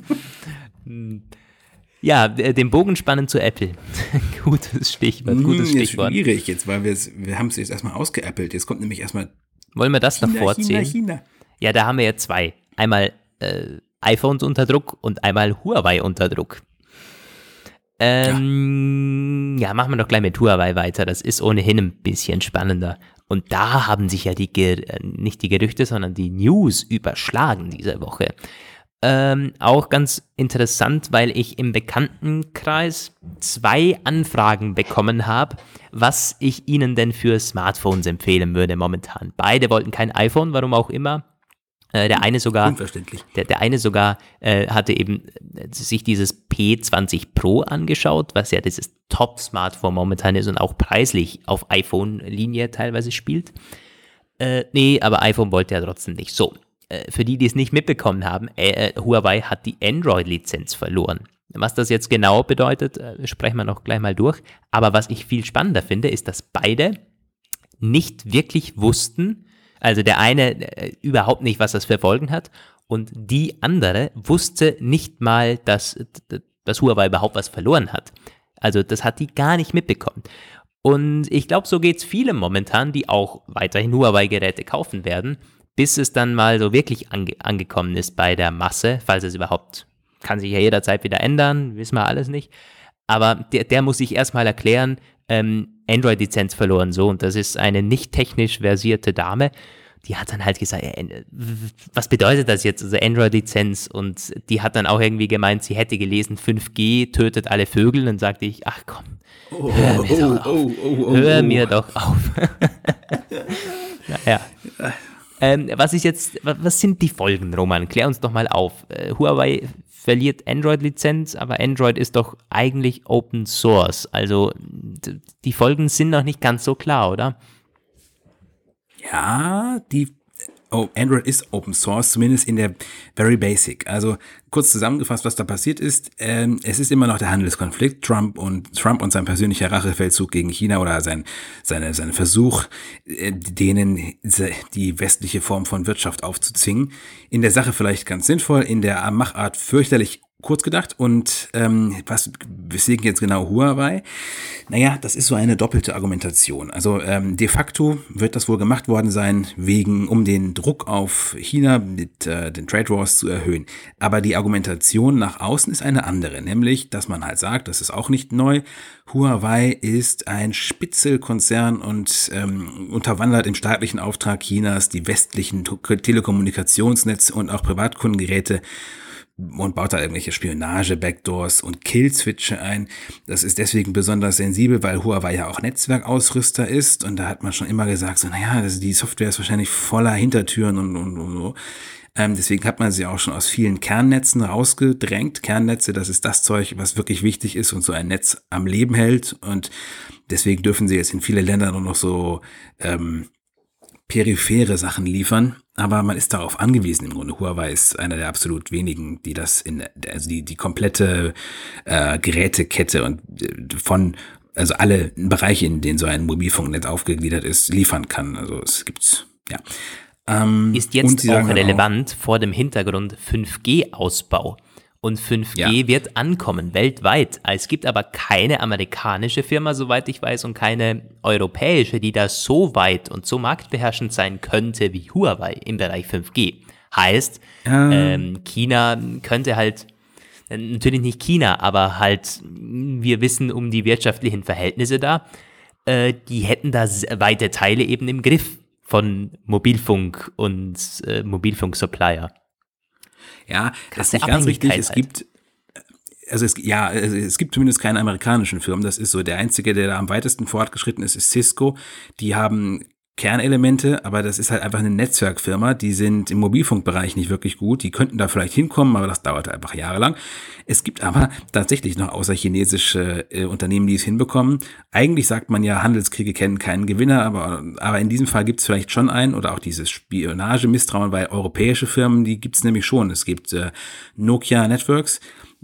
Ja, den Bogen spannen zu Apple. Gutes Stichwort. Ist schwierig jetzt, weil wir haben es jetzt erstmal ausgeäppelt. Jetzt kommt nämlich erstmal Wollen wir das noch vorziehen? China. Ja, da haben wir jetzt zwei. Einmal iPhones unter Druck und einmal Huawei unter Druck. Machen wir doch gleich mit Huawei weiter. Das ist ohnehin ein bisschen spannender. Und da haben sich ja nicht die Gerüchte, sondern die News überschlagen diese Woche. Auch ganz interessant, weil ich im Bekanntenkreis 2 Anfragen bekommen habe, was ich ihnen denn für Smartphones empfehlen würde momentan. Beide wollten kein iPhone, warum auch immer. Der eine sogar, unverständlich. Der eine sogar hatte eben sich dieses P20 Pro angeschaut, was ja dieses Top-Smartphone momentan ist und auch preislich auf iPhone-Linie teilweise spielt. Aber iPhone wollte er trotzdem nicht. So, für die es nicht mitbekommen haben, Huawei hat die Android-Lizenz verloren. Was das jetzt genau bedeutet, sprechen wir noch gleich mal durch. Aber was ich viel spannender finde, ist, dass beide nicht wirklich wussten, also der eine überhaupt nicht, was das für Folgen hat und die andere wusste nicht mal, dass Huawei überhaupt was verloren hat. Also das hat die gar nicht mitbekommen. Und ich glaube, so geht es vielen momentan, die auch weiterhin Huawei-Geräte kaufen werden, bis es dann mal so wirklich angekommen ist bei der Masse, falls es überhaupt, kann sich ja jederzeit wieder ändern, wissen wir alles nicht. Aber der muss sich erstmal erklären, Android-Lizenz verloren, so, und das ist eine nicht technisch versierte Dame, die hat dann halt gesagt, was bedeutet das jetzt, also Android-Lizenz, und die hat dann auch irgendwie gemeint, sie hätte gelesen, 5G tötet alle Vögel, dann sagte ich, ach komm, hör mir doch auf. Naja. Was sind die Folgen, Roman? Klär uns doch mal auf. Huawei verliert Android-Lizenz, aber Android ist doch eigentlich Open Source. Also die Folgen sind noch nicht ganz so klar, oder? Ja, Android ist Open Source, zumindest in der Very Basic. Also kurz zusammengefasst, was da passiert ist, es ist immer noch der Handelskonflikt, Trump und sein persönlicher Rachefeldzug gegen China oder sein Versuch, denen die westliche Form von Wirtschaft aufzuzwingen. In der Sache vielleicht ganz sinnvoll, in der Machart fürchterlich kurz gedacht. Und weswegen jetzt genau Huawei? Naja, das ist so eine doppelte Argumentation. Also de facto wird das wohl gemacht worden sein, um den Druck auf China mit den Trade Wars zu erhöhen. Aber die Argumentation nach außen ist eine andere, nämlich, dass man halt sagt, das ist auch nicht neu, Huawei ist ein Spitzelkonzern und unterwandert im staatlichen Auftrag Chinas die westlichen Telekommunikationsnetze und auch Privatkundengeräte und baut da irgendwelche Spionage-Backdoors und Kill-Switche ein. Das ist deswegen besonders sensibel, weil Huawei ja auch Netzwerkausrüster ist, und da hat man schon immer gesagt, so, naja, die Software ist wahrscheinlich voller Hintertüren und so. Deswegen hat man sie auch schon aus vielen Kernnetzen rausgedrängt. Kernnetze, das ist das Zeug, was wirklich wichtig ist und so ein Netz am Leben hält, und deswegen dürfen sie jetzt in viele Länder nur noch so periphere Sachen liefern, aber man ist darauf angewiesen im Grunde. Huawei ist einer der absolut wenigen, die das also die komplette Gerätekette und also alle Bereiche, in denen so ein Mobilfunknetz aufgegliedert ist, liefern kann. Also es gibt's, ja. Ist jetzt auch relevant vor dem Hintergrund 5G-Ausbau. Und 5G wird ankommen, weltweit. Es gibt aber keine amerikanische Firma, soweit ich weiß, und keine europäische, die da so weit und so marktbeherrschend sein könnte wie Huawei im Bereich 5G. Heißt, China könnte halt, natürlich nicht China, aber halt, wir wissen um die wirtschaftlichen Verhältnisse da, die hätten da weite Teile eben im Griff von Mobilfunk und Mobilfunk-Supplier. Ja, das ist nicht ganz richtig. Es gibt, es gibt zumindest keine amerikanischen Firmen. Das ist so der einzige, der da am weitesten fortgeschritten ist Cisco. Die haben Kernelemente, aber das ist halt einfach eine Netzwerkfirma. Die sind im Mobilfunkbereich nicht wirklich gut. Die könnten da vielleicht hinkommen, aber das dauert einfach jahrelang. Es gibt aber tatsächlich noch außer chinesische Unternehmen, die es hinbekommen. Eigentlich sagt man ja, Handelskriege kennen keinen Gewinner, aber in diesem Fall gibt es vielleicht schon einen oder auch dieses Spionage-Misstrauen bei europäische Firmen, die gibt es nämlich schon. Es gibt Nokia Networks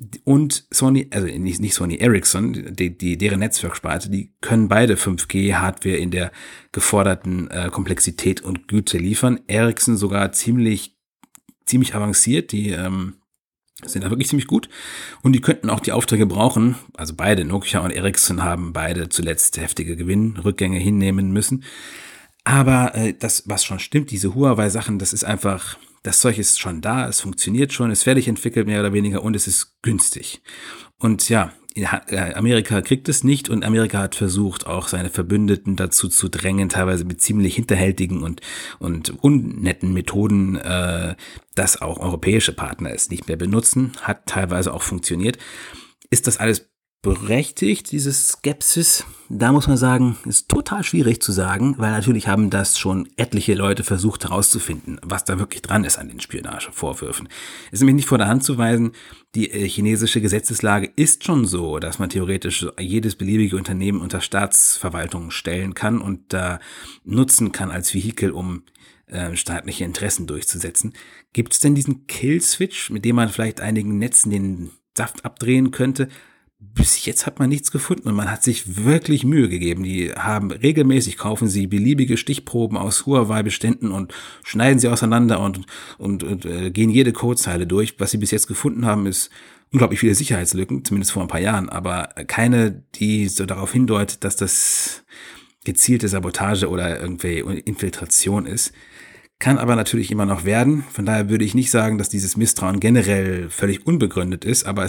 und Sony, also nicht Sony, Ericsson, deren Netzwerksparte, die können beide 5G-Hardware in der geforderten Komplexität und Güte liefern. Ericsson sogar ziemlich avanciert, die sind da wirklich ziemlich gut und die könnten auch die Aufträge brauchen. Also beide, Nokia und Ericsson, haben beide zuletzt heftige Gewinnrückgänge hinnehmen müssen. Aber das, was schon stimmt, diese Huawei-Sachen, das ist einfach, das Zeug ist schon da, es funktioniert schon, ist fertig entwickelt, mehr oder weniger, und es ist günstig. Und ja, Amerika kriegt es nicht und Amerika hat versucht, auch seine Verbündeten dazu zu drängen, teilweise mit ziemlich hinterhältigen und unnetten Methoden, dass auch europäische Partner es nicht mehr benutzen. Hat teilweise auch funktioniert. Ist das alles berechtigt, diese Skepsis? Da muss man sagen, ist total schwierig zu sagen, weil natürlich haben das schon etliche Leute versucht herauszufinden, was da wirklich dran ist an den Spionagevorwürfen. Ist nämlich nicht vor der Hand zu weisen, die chinesische Gesetzeslage ist schon so, dass man theoretisch jedes beliebige Unternehmen unter Staatsverwaltung stellen kann und da nutzen kann als Vehikel, um staatliche Interessen durchzusetzen. Gibt es denn diesen Kill-Switch, mit dem man vielleicht einigen Netzen den Saft abdrehen könnte? Bis jetzt hat man nichts gefunden und man hat sich wirklich Mühe gegeben. Die haben kaufen sie beliebige Stichproben aus Huawei-Beständen und schneiden sie auseinander und gehen jede Codezeile durch. Was sie bis jetzt gefunden haben, ist unglaublich viele Sicherheitslücken, zumindest vor ein paar Jahren, aber keine, die so darauf hindeutet, dass das gezielte Sabotage oder irgendwie Infiltration ist. Kann aber natürlich immer noch werden. Von daher würde ich nicht sagen, dass dieses Misstrauen generell völlig unbegründet ist, aber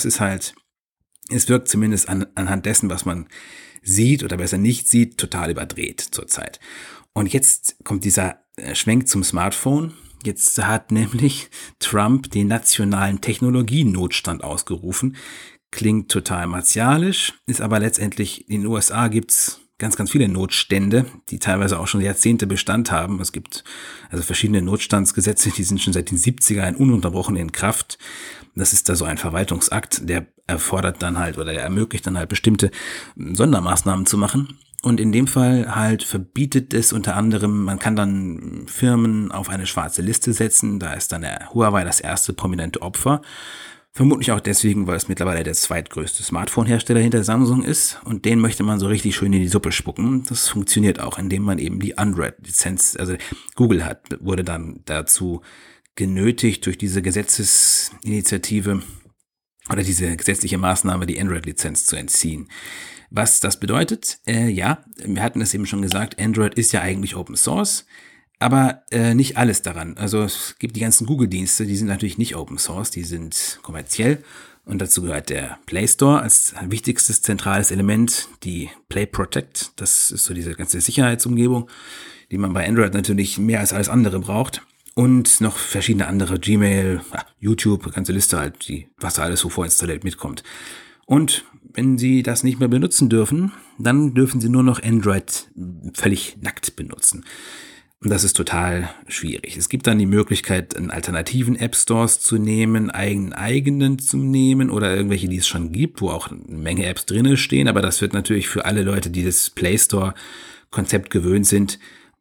es wirkt zumindest anhand dessen, was man sieht oder besser nicht sieht, total überdreht zurzeit. Und jetzt kommt dieser Schwenk zum Smartphone. Jetzt hat nämlich Trump den nationalen Technologienotstand ausgerufen. Klingt total martialisch, ist aber letztendlich, in den USA gibt's ganz, ganz viele Notstände, die teilweise auch schon Jahrzehnte Bestand haben. Es gibt also verschiedene Notstandsgesetze, die sind schon seit den 70ern ununterbrochen in Kraft. Das ist da so ein Verwaltungsakt, der erfordert dann halt oder der ermöglicht dann halt bestimmte Sondermaßnahmen zu machen. Und in dem Fall halt verbietet es unter anderem, man kann dann Firmen auf eine schwarze Liste setzen. Da ist dann der Huawei das erste prominente Opfer. Vermutlich auch deswegen, weil es mittlerweile der zweitgrößte Smartphone-Hersteller hinter Samsung ist und den möchte man so richtig schön in die Suppe spucken. Das funktioniert auch, indem man eben die Android-Lizenz, also Google wurde dann dazu genötigt, durch diese Gesetzesinitiative oder diese gesetzliche Maßnahme die Android-Lizenz zu entziehen. Was das bedeutet, wir hatten es eben schon gesagt, Android ist ja eigentlich Open Source, aber nicht alles daran. Also es gibt die ganzen Google-Dienste, die sind natürlich nicht Open Source, die sind kommerziell und dazu gehört der Play Store als wichtigstes zentrales Element, die Play Protect, das ist so diese ganze Sicherheitsumgebung, die man bei Android natürlich mehr als alles andere braucht. Und noch verschiedene andere, Gmail, YouTube, ganze Liste halt, was da alles so vorinstalliert mitkommt. Und wenn Sie das nicht mehr benutzen dürfen, dann dürfen Sie nur noch Android völlig nackt benutzen. Und das ist total schwierig. Es gibt dann die Möglichkeit, einen alternativen App-Stores zu nehmen, eigenen zu nehmen oder irgendwelche, die es schon gibt, wo auch eine Menge Apps drinne stehen. Aber das wird natürlich für alle Leute, die das Play Store-Konzept gewöhnt sind,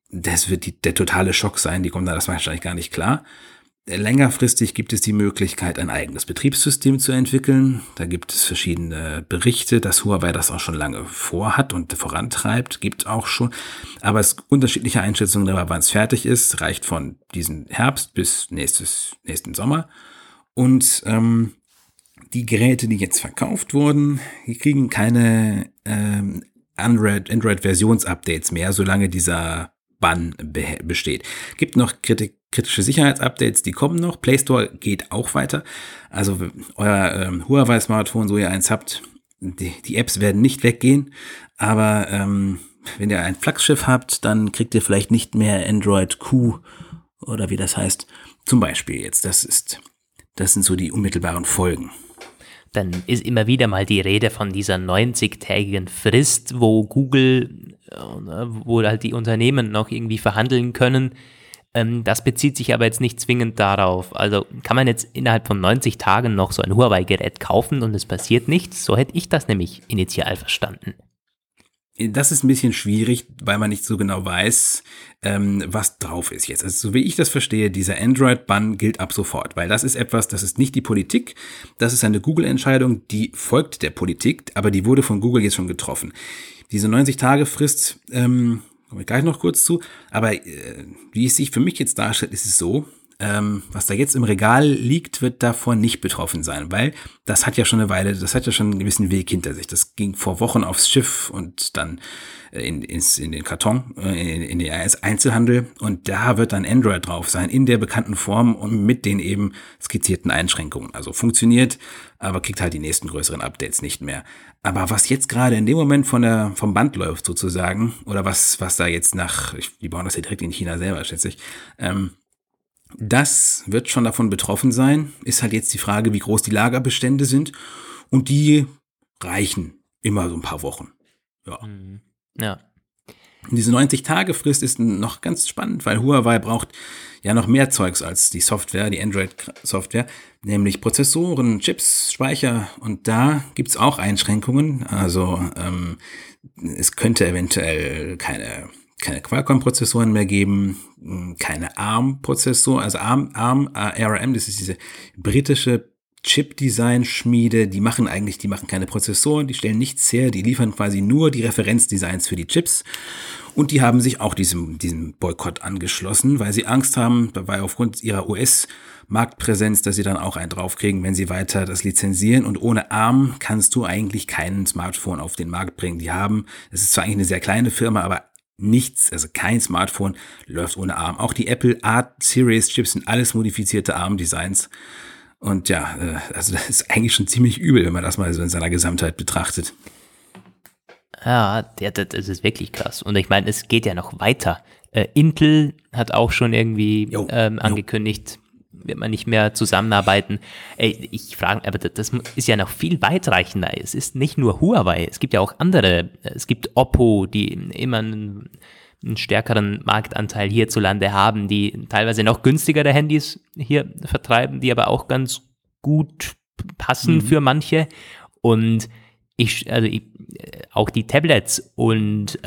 das wird der totale Schock sein, die kommen da das wahrscheinlich gar nicht klar. Längerfristig gibt es die Möglichkeit, ein eigenes Betriebssystem zu entwickeln. Da gibt es verschiedene Berichte, dass Huawei das auch schon lange vorhat und vorantreibt, gibt auch schon. Aber es unterschiedliche Einschätzungen darüber, wann es fertig ist, reicht von diesem Herbst bis nächsten Sommer. Und die Geräte, die jetzt verkauft wurden, die kriegen keine Android-Versionsupdates mehr, solange dieser Bann besteht. Gibt noch kritische Sicherheitsupdates, die kommen noch. Play Store geht auch weiter. Also euer Huawei-Smartphone, so ihr eins habt, die Apps werden nicht weggehen. Aber wenn ihr ein Flaggschiff habt, dann kriegt ihr vielleicht nicht mehr Android Q oder wie das heißt. Zum Beispiel jetzt. Das sind so die unmittelbaren Folgen. Dann ist immer wieder mal die Rede von dieser 90-tägigen Frist, wo Google, wo halt die Unternehmen noch irgendwie verhandeln können. Das bezieht sich aber jetzt nicht zwingend darauf. Also kann man jetzt innerhalb von 90 Tagen noch so ein Huawei-Gerät kaufen und es passiert nichts? So hätte ich das nämlich initial verstanden. Das ist ein bisschen schwierig, weil man nicht so genau weiß, was drauf ist jetzt. Also so wie ich das verstehe, dieser Android-Bann gilt ab sofort, weil das ist etwas, das ist nicht die Politik, das ist eine Google-Entscheidung, die folgt der Politik, aber die wurde von Google jetzt schon getroffen. Diese 90-Tage-Frist, komme ich gleich noch kurz zu, aber wie es sich für mich jetzt darstellt, ist es so, was da jetzt im Regal liegt, wird davon nicht betroffen sein, weil das hat ja schon eine Weile, das hat ja schon einen gewissen Weg hinter sich. Das ging vor Wochen aufs Schiff und dann in den Karton, in den Einzelhandel und da wird dann Android drauf sein, in der bekannten Form und mit den eben skizzierten Einschränkungen. Also funktioniert, aber kriegt halt die nächsten größeren Updates nicht mehr. Aber was jetzt gerade in dem Moment vom Band läuft sozusagen, oder was da jetzt die bauen das ja direkt in China selber, schätze ich, das wird schon davon betroffen sein. Ist halt jetzt die Frage, wie groß die Lagerbestände sind. Und die reichen immer so ein paar Wochen. Ja. Ja. Und diese 90-Tage-Frist ist noch ganz spannend, weil Huawei braucht ja noch mehr Zeugs als die Software, die Android-Software, nämlich Prozessoren, Chips, Speicher. Und da gibt's auch Einschränkungen. Also es könnte eventuell keine Qualcomm-Prozessoren mehr geben, keine ARM-Prozessor, also ARM, das ist diese britische Chip-Design-Schmiede, die machen keine Prozessoren, die stellen nichts her, die liefern quasi nur die Referenzdesigns für die Chips und die haben sich auch diesem Boykott angeschlossen, weil sie Angst haben, dabei aufgrund ihrer US-Marktpräsenz, dass sie dann auch einen draufkriegen, wenn sie weiter das lizenzieren und ohne ARM kannst du eigentlich kein Smartphone auf den Markt bringen. Es ist zwar eigentlich eine sehr kleine Firma, aber nichts, also kein Smartphone läuft ohne ARM. Auch die Apple A-Series-Chips sind alles modifizierte ARM-Designs. Und ja, also das ist eigentlich schon ziemlich übel, wenn man das mal so in seiner Gesamtheit betrachtet. Ja, das ist wirklich krass. Und ich meine, es geht ja noch weiter. Intel hat auch schon irgendwie angekündigt, wird man nicht mehr zusammenarbeiten. Ich frage, aber das ist ja noch viel weitreichender. Es ist nicht nur Huawei, es gibt ja auch andere. Es gibt Oppo, die immer einen stärkeren Marktanteil hierzulande haben, die teilweise noch günstigere Handys hier vertreiben, die aber auch ganz gut passen für manche. Und auch die Tablets und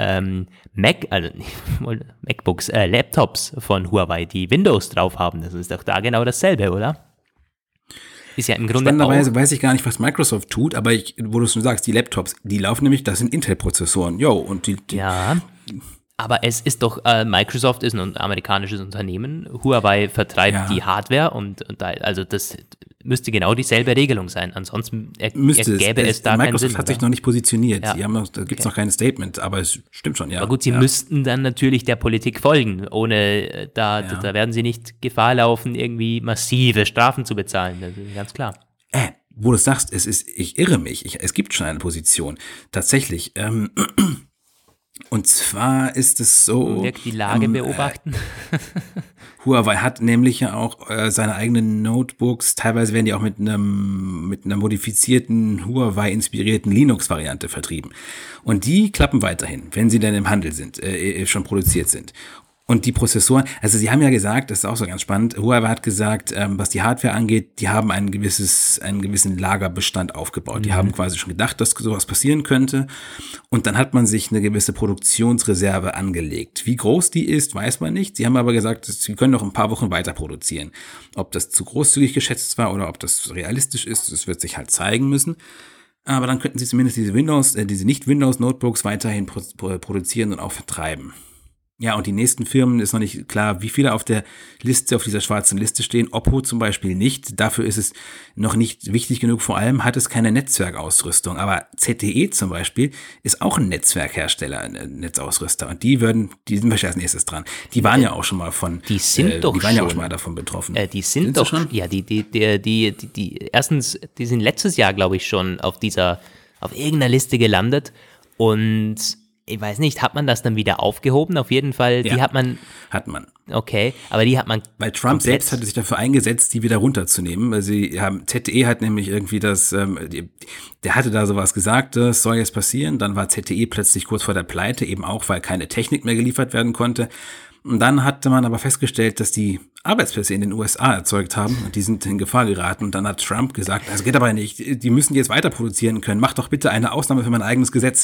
MacBooks, Laptops von Huawei, die Windows drauf haben, das ist doch da genau dasselbe, oder? Ist ja im Grunde spannenderweise weiß ich gar nicht, was Microsoft tut, aber wo du schon sagst, die Laptops, die laufen nämlich, das sind Intel-Prozessoren, Ja, aber es ist doch, Microsoft ist ein amerikanisches Unternehmen, Huawei vertreibt die Hardware und also das müsste genau dieselbe Regelung sein. Ansonsten gäbe es da keinen Sinn. Microsoft hat sich noch nicht positioniert. Ja. Da gibt es noch kein Statement, aber es stimmt schon, ja. Aber gut, sie müssten dann natürlich der Politik folgen. Da werden sie nicht Gefahr laufen, irgendwie massive Strafen zu bezahlen. Das ist ganz klar. Wo du sagst, ich irre mich. Es gibt schon eine Position. Tatsächlich. Und zwar ist es so. Wirkt die Lage beobachten. Huawei hat nämlich ja auch seine eigenen Notebooks, teilweise werden die auch mit einer modifizierten Huawei-inspirierten Linux-Variante vertrieben. Und die klappen weiterhin, wenn sie dann im Handel sind, schon produziert sind. Und die Prozessoren, also sie haben ja gesagt, das ist auch so ganz spannend, Huawei hat gesagt, was die Hardware angeht, die haben einen gewissen Lagerbestand aufgebaut. Die haben quasi schon gedacht, dass sowas passieren könnte. Und dann hat man sich eine gewisse Produktionsreserve angelegt. Wie groß die ist, weiß man nicht. Sie haben aber gesagt, sie können noch ein paar Wochen weiter produzieren. Ob das zu großzügig geschätzt war oder ob das realistisch ist, das wird sich halt zeigen müssen. Aber dann könnten sie zumindest diese Nicht-Windows-Notebooks weiterhin produzieren und auch vertreiben. Ja, und die nächsten Firmen ist noch nicht klar, wie viele auf der Liste, auf dieser schwarzen Liste stehen. Oppo zum Beispiel nicht. Dafür ist es noch nicht wichtig genug. Vor allem hat es keine Netzwerkausrüstung. Aber ZTE zum Beispiel ist auch ein Netzwerkhersteller, ein Netzausrüster. Und die sind wahrscheinlich als nächstes dran. Die waren ja auch schon mal die waren ja auch schon mal davon betroffen. Die sind doch schon. Ja, erstens, die sind letztes Jahr, glaube ich, schon auf irgendeiner Liste gelandet. Und ich weiß nicht, hat man das dann wieder aufgehoben? Auf jeden Fall, ja, hat man. Okay, aber die hat man. Weil Trump selbst hatte sich dafür eingesetzt, die wieder runterzunehmen. Weil ZTE hat nämlich irgendwie der hatte da sowas gesagt, das soll jetzt passieren. Dann war ZTE plötzlich kurz vor der Pleite, eben auch, weil keine Technik mehr geliefert werden konnte. Und dann hatte man aber festgestellt, dass die Arbeitsplätze in den USA erzeugt haben und die sind in Gefahr geraten. Und dann hat Trump gesagt, das geht aber nicht, die müssen jetzt weiter produzieren können. Mach doch bitte eine Ausnahme für mein eigenes Gesetz.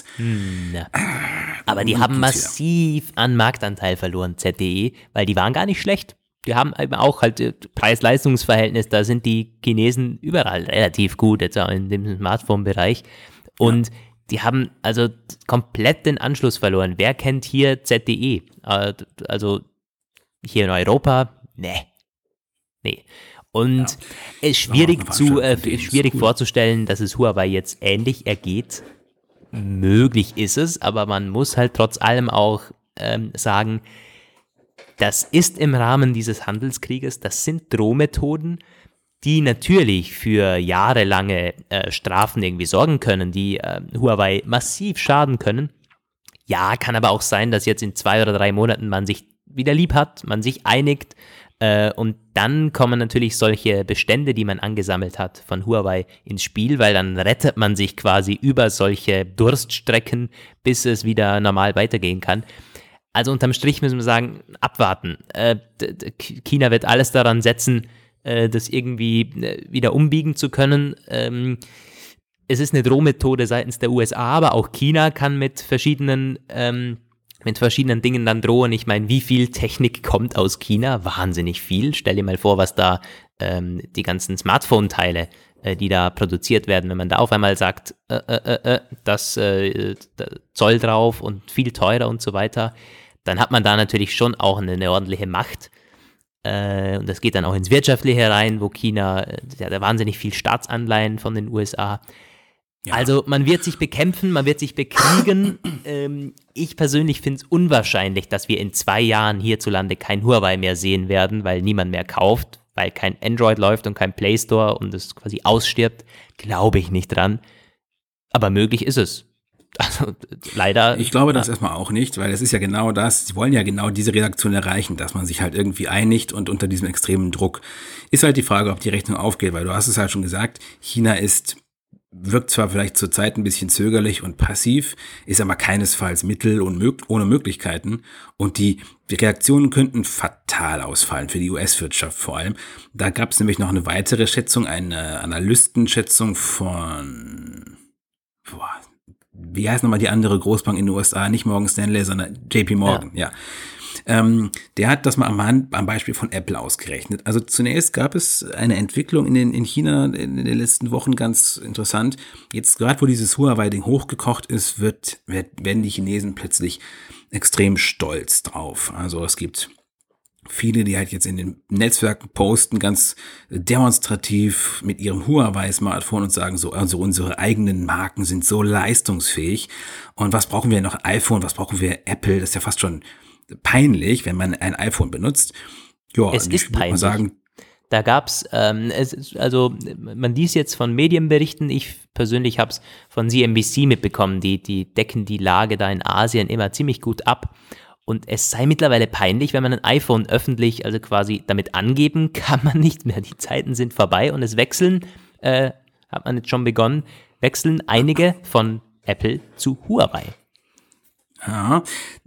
Aber die haben massiv an Marktanteil verloren, ZTE, weil die waren gar nicht schlecht. Die haben eben auch halt Preis-Leistungs-Verhältnis, da sind die Chinesen überall relativ gut, jetzt auch in dem Smartphone-Bereich. Und die haben also komplett den Anschluss verloren. Wer kennt hier ZTE? Also hier in Europa? Nee. Und es ist schwierig vorzustellen, dass es Huawei jetzt ähnlich ergeht. Möglich ist es, aber man muss halt trotz allem auch sagen, das ist im Rahmen dieses Handelskrieges, das sind Drohmethoden, die natürlich für jahrelange Strafen irgendwie sorgen können, die Huawei massiv schaden können. Ja, kann aber auch sein, dass jetzt in 2 oder 3 Monaten man sich wieder lieb hat, man sich einigt und dann kommen natürlich solche Bestände, die man angesammelt hat von Huawei ins Spiel, weil dann rettet man sich quasi über solche Durststrecken, bis es wieder normal weitergehen kann. Also unterm Strich müssen wir sagen, abwarten. China wird alles daran setzen, das irgendwie wieder umbiegen zu können. Es ist eine Drohmethode seitens der USA, aber auch China kann mit verschiedenen Dingen dann drohen. Ich meine, wie viel Technik kommt aus China? Wahnsinnig viel. Stell dir mal vor, was da die ganzen Smartphone-Teile, die da produziert werden, wenn man da auf einmal sagt, Zoll drauf und viel teurer und so weiter, dann hat man da natürlich schon auch eine ordentliche Macht. Und das geht dann auch ins Wirtschaftliche rein, wo China, hat ja wahnsinnig viel Staatsanleihen von den USA. Ja. Also man wird sich bekämpfen, man wird sich bekriegen. Ich persönlich finde es unwahrscheinlich, dass wir in 2 Jahren hierzulande kein Huawei mehr sehen werden, weil niemand mehr kauft, weil kein Android läuft und kein Play Store und es quasi ausstirbt. Glaube ich nicht dran. Aber möglich ist es. Also leider. Ich glaube das erstmal auch nicht, weil es ist ja genau das, sie wollen ja genau diese Redaktion erreichen, dass man sich halt irgendwie einigt und unter diesem extremen Druck ist halt die Frage, ob die Rechnung aufgeht, weil du hast es halt schon gesagt, China wirkt zwar vielleicht zurzeit ein bisschen zögerlich und passiv, ist aber keinesfalls mittel- und ohne Möglichkeiten und die Reaktionen könnten fatal ausfallen für die US-Wirtschaft vor allem. Da gab es nämlich noch eine weitere Schätzung, eine Analystenschätzung von wie heißt nochmal die andere Großbank in den USA? Nicht Morgan Stanley, sondern JP Morgan, ja. Der hat das mal am Beispiel von Apple ausgerechnet. Also zunächst gab es eine Entwicklung in China in den letzten Wochen, ganz interessant. Jetzt gerade, wo dieses Huawei-Ding hochgekocht ist, werden die Chinesen plötzlich extrem stolz drauf. Also es gibt viele, die halt jetzt in den Netzwerken posten, ganz demonstrativ mit ihrem Huawei-Smartphone und sagen so, also unsere eigenen Marken sind so leistungsfähig. Und was brauchen wir noch? iPhone, was brauchen wir? Apple? Das ist ja fast schon peinlich, wenn man ein iPhone benutzt. Ja, es ist peinlich. Da gab's, man liest jetzt von Medienberichten, ich persönlich habe es von CNBC mitbekommen, die decken die Lage da in Asien immer ziemlich gut ab. Und es sei mittlerweile peinlich, wenn man ein iPhone öffentlich, also quasi damit angeben, kann man nicht mehr. Die Zeiten sind vorbei und es wechseln, hat man jetzt schon begonnen, wechseln einige von Apple zu Huawei. Ja,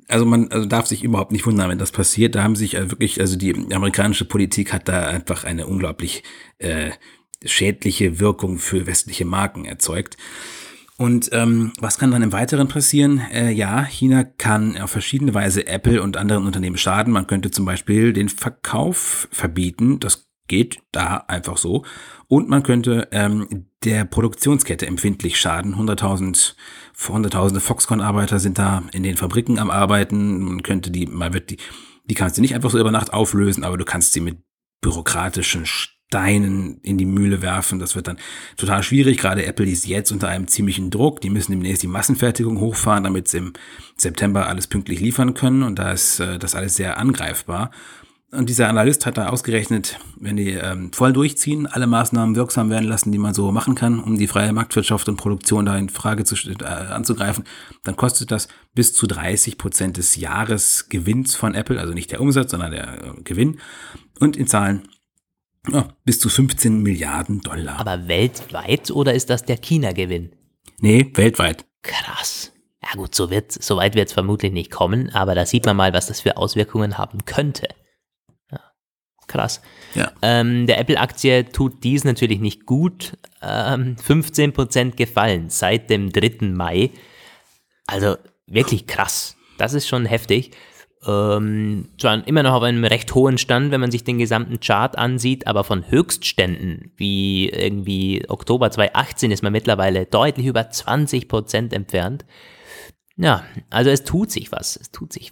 Also man darf sich überhaupt nicht wundern, wenn das passiert. Da haben sich wirklich, also die amerikanische Politik hat da einfach eine unglaublich schädliche Wirkung für westliche Marken erzeugt. Und was kann dann im Weiteren passieren? Ja, China kann auf verschiedene Weise Apple und anderen Unternehmen schaden. Man könnte zum Beispiel den Verkauf verbieten. Das geht da einfach so. Und man könnte der Produktionskette empfindlich schaden. Hunderttausende Foxconn-Arbeiter sind da in den Fabriken am Arbeiten. Man könnte die kannst du nicht einfach so über Nacht auflösen, aber du kannst sie mit bürokratischen Steinen in die Mühle werfen. Das wird dann total schwierig. Gerade Apple ist jetzt unter einem ziemlichen Druck. Die müssen demnächst die Massenfertigung hochfahren, damit sie im September alles pünktlich liefern können. Und da ist das alles sehr angreifbar. Und dieser Analyst hat da ausgerechnet, wenn die voll durchziehen, alle Maßnahmen wirksam werden lassen, die man so machen kann, um die freie Marktwirtschaft und Produktion da in Frage anzugreifen, dann kostet das bis zu 30% des Jahresgewinns von Apple, also nicht der Umsatz, sondern der Gewinn. Und in Zahlen bis zu 15 Milliarden Dollar. Aber weltweit oder ist das der China-Gewinn? Nee, weltweit. Krass. Ja gut, so weit wird es vermutlich nicht kommen, aber da sieht man mal, was das für Auswirkungen haben könnte. Krass. Ja. Der Apple-Aktie tut dies natürlich nicht gut. 15% gefallen seit dem 3. Mai. Also wirklich krass. Das ist schon heftig. Zwar immer noch auf einem recht hohen Stand, wenn man sich den gesamten Chart ansieht, aber von Höchstständen wie irgendwie Oktober 2018 ist man mittlerweile deutlich über 20% entfernt. Ja, also es tut sich was.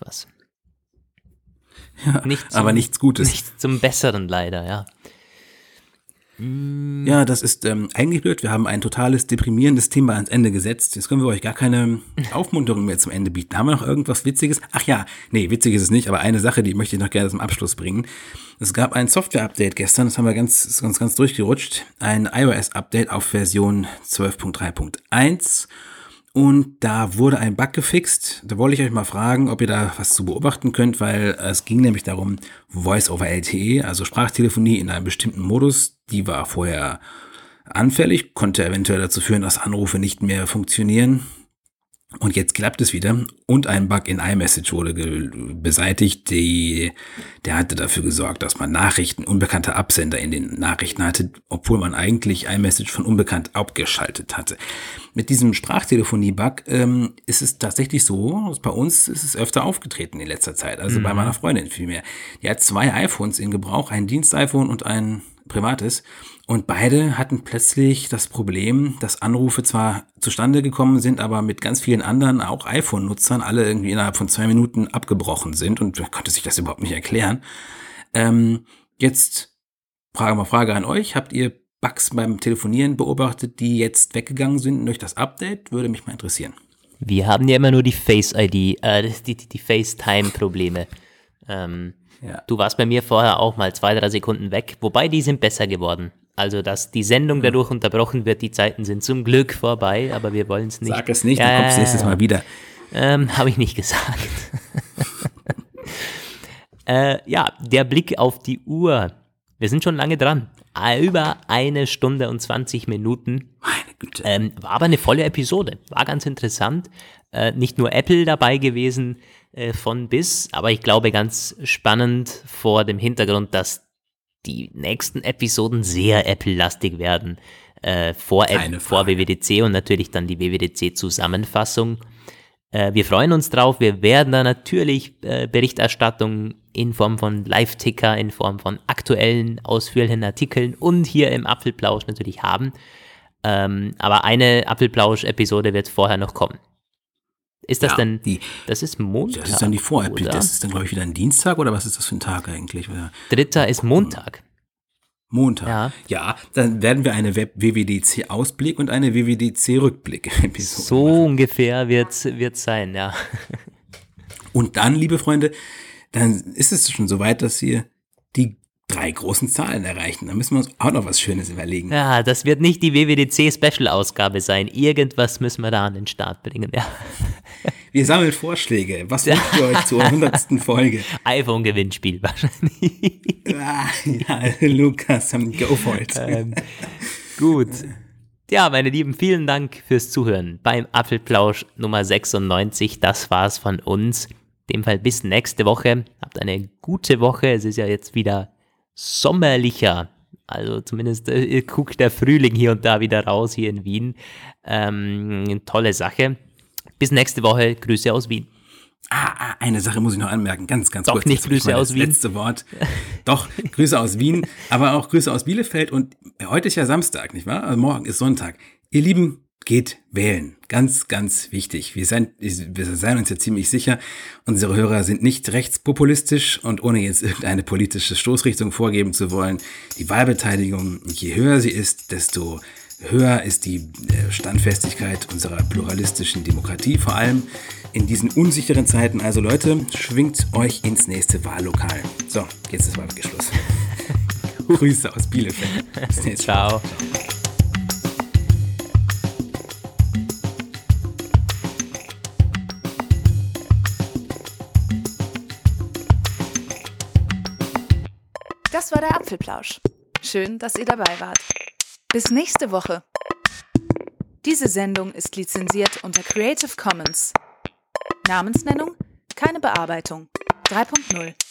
Ja, aber nichts Gutes. Nichts zum Besseren leider, ja. Ja, das ist eigentlich blöd. Wir haben ein totales deprimierendes Thema ans Ende gesetzt. Jetzt können wir euch gar keine Aufmunterung mehr zum Ende bieten. Haben wir noch irgendwas Witziges? Ach ja, nee, witzig ist es nicht, aber eine Sache, die möchte ich noch gerne zum Abschluss bringen. Es gab ein Software-Update gestern, das haben wir ganz durchgerutscht. Ein iOS-Update auf Version 12.3.1. Und da wurde ein Bug gefixt. Da wollte ich euch mal fragen, ob ihr da was zu beobachten könnt, weil es ging nämlich darum, Voice over LTE, also Sprachtelefonie in einem bestimmten Modus, die war vorher anfällig, konnte eventuell dazu führen, dass Anrufe nicht mehr funktionieren. Und jetzt klappt es wieder und ein Bug in iMessage wurde beseitigt. Der hatte dafür gesorgt, dass man Nachrichten unbekannter Absender in den Nachrichten hatte, obwohl man eigentlich iMessage von unbekannt abgeschaltet hatte. Mit diesem Sprachtelefonie-Bug ist es tatsächlich so, bei uns ist es öfter aufgetreten in letzter Zeit, also bei meiner Freundin vielmehr. Die hat 2 iPhones in Gebrauch, ein Dienst-iPhone und ein privates. Und beide hatten plötzlich das Problem, dass Anrufe zwar zustande gekommen sind, aber mit ganz vielen anderen, auch iPhone-Nutzern, alle irgendwie innerhalb von 2 Minuten abgebrochen sind und man konnte sich das überhaupt nicht erklären. Jetzt Frage an euch. Habt ihr Bugs beim Telefonieren beobachtet, die jetzt weggegangen sind durch das Update? Würde mich mal interessieren. Wir haben ja immer nur die Face-ID, die FaceTime-Probleme. Ja. Du warst bei mir vorher auch mal 2-3 Sekunden weg, wobei die sind besser geworden. Also, dass die Sendung dadurch unterbrochen wird, die Zeiten sind zum Glück vorbei, aber wir wollen es nicht. Sag es nicht, dann kommst du nächstes Mal wieder. Habe ich nicht gesagt. Ja, der Blick auf die Uhr. Wir sind schon lange dran. Über 1 Stunde und 20 Minuten. Meine Güte. War aber eine volle Episode. War ganz interessant. Nicht nur Apple dabei gewesen von bis, aber ich glaube ganz spannend vor dem Hintergrund, dass die nächsten Episoden sehr Apple-lastig werden. Vor WWDC und natürlich dann die WWDC-Zusammenfassung. Wir freuen uns drauf. Wir werden da natürlich Berichterstattung in Form von Live-Ticker, in Form von aktuellen, ausführlichen Artikeln und hier im Apfelplausch natürlich haben. Aber eine Apfelplausch-Episode wird vorher noch kommen. Ist das denn, das ist Montag? Das ist dann die Vor-Episode. Das ist dann, glaube ich, wieder ein Dienstag oder was ist das für ein Tag eigentlich? 3. ist Montag. Montag. Ja, dann werden wir eine WWDC-Ausblick und eine WWDC-Rückblick-Episode so machen. Ungefähr wird's sein, ja. Und dann, liebe Freunde, dann ist es schon soweit, dass wir die 3 großen Zahlen erreichen. Da müssen wir uns auch noch was Schönes überlegen. Ja, das wird nicht die WWDC-Special-Ausgabe sein. Irgendwas müssen wir da an den Start bringen, ja. Wir sammeln Vorschläge. Was wünscht ihr euch zur 100. Folge? iPhone-Gewinnspiel wahrscheinlich. Ja, Lukas, go for it. Gut. Ja, meine Lieben, vielen Dank fürs Zuhören beim Apfelplausch Nummer 96. Das war's von uns. In dem Fall bis nächste Woche. Habt eine gute Woche. Es ist ja jetzt wieder sommerlicher. Also zumindest guckt der Frühling hier und da wieder raus hier in Wien. Tolle Sache. Bis nächste Woche. Grüße aus Wien. Eine Sache muss ich noch anmerken, ganz Doch kurz. Doch nicht Grüße aus Wien. Das letzte Wort. Doch, Grüße aus Wien, aber auch Grüße aus Bielefeld. Und heute ist ja Samstag, nicht wahr? Also morgen ist Sonntag. Ihr Lieben, geht wählen. Ganz, ganz wichtig. Wir seien uns ja ziemlich sicher, unsere Hörer sind nicht rechtspopulistisch und ohne jetzt irgendeine politische Stoßrichtung vorgeben zu wollen. Die Wahlbeteiligung, je höher sie ist, desto höher ist die Standfestigkeit unserer pluralistischen Demokratie, vor allem in diesen unsicheren Zeiten. Also Leute, schwingt euch ins nächste Wahllokal. So, jetzt ist wirklich Schluss. Grüße aus Bielefeld. Bis nächstes Mal. Ciao. Das war der Apfelplausch. Schön, dass ihr dabei wart. Bis nächste Woche. Diese Sendung ist lizenziert unter Creative Commons. Namensnennung, keine Bearbeitung. 3.0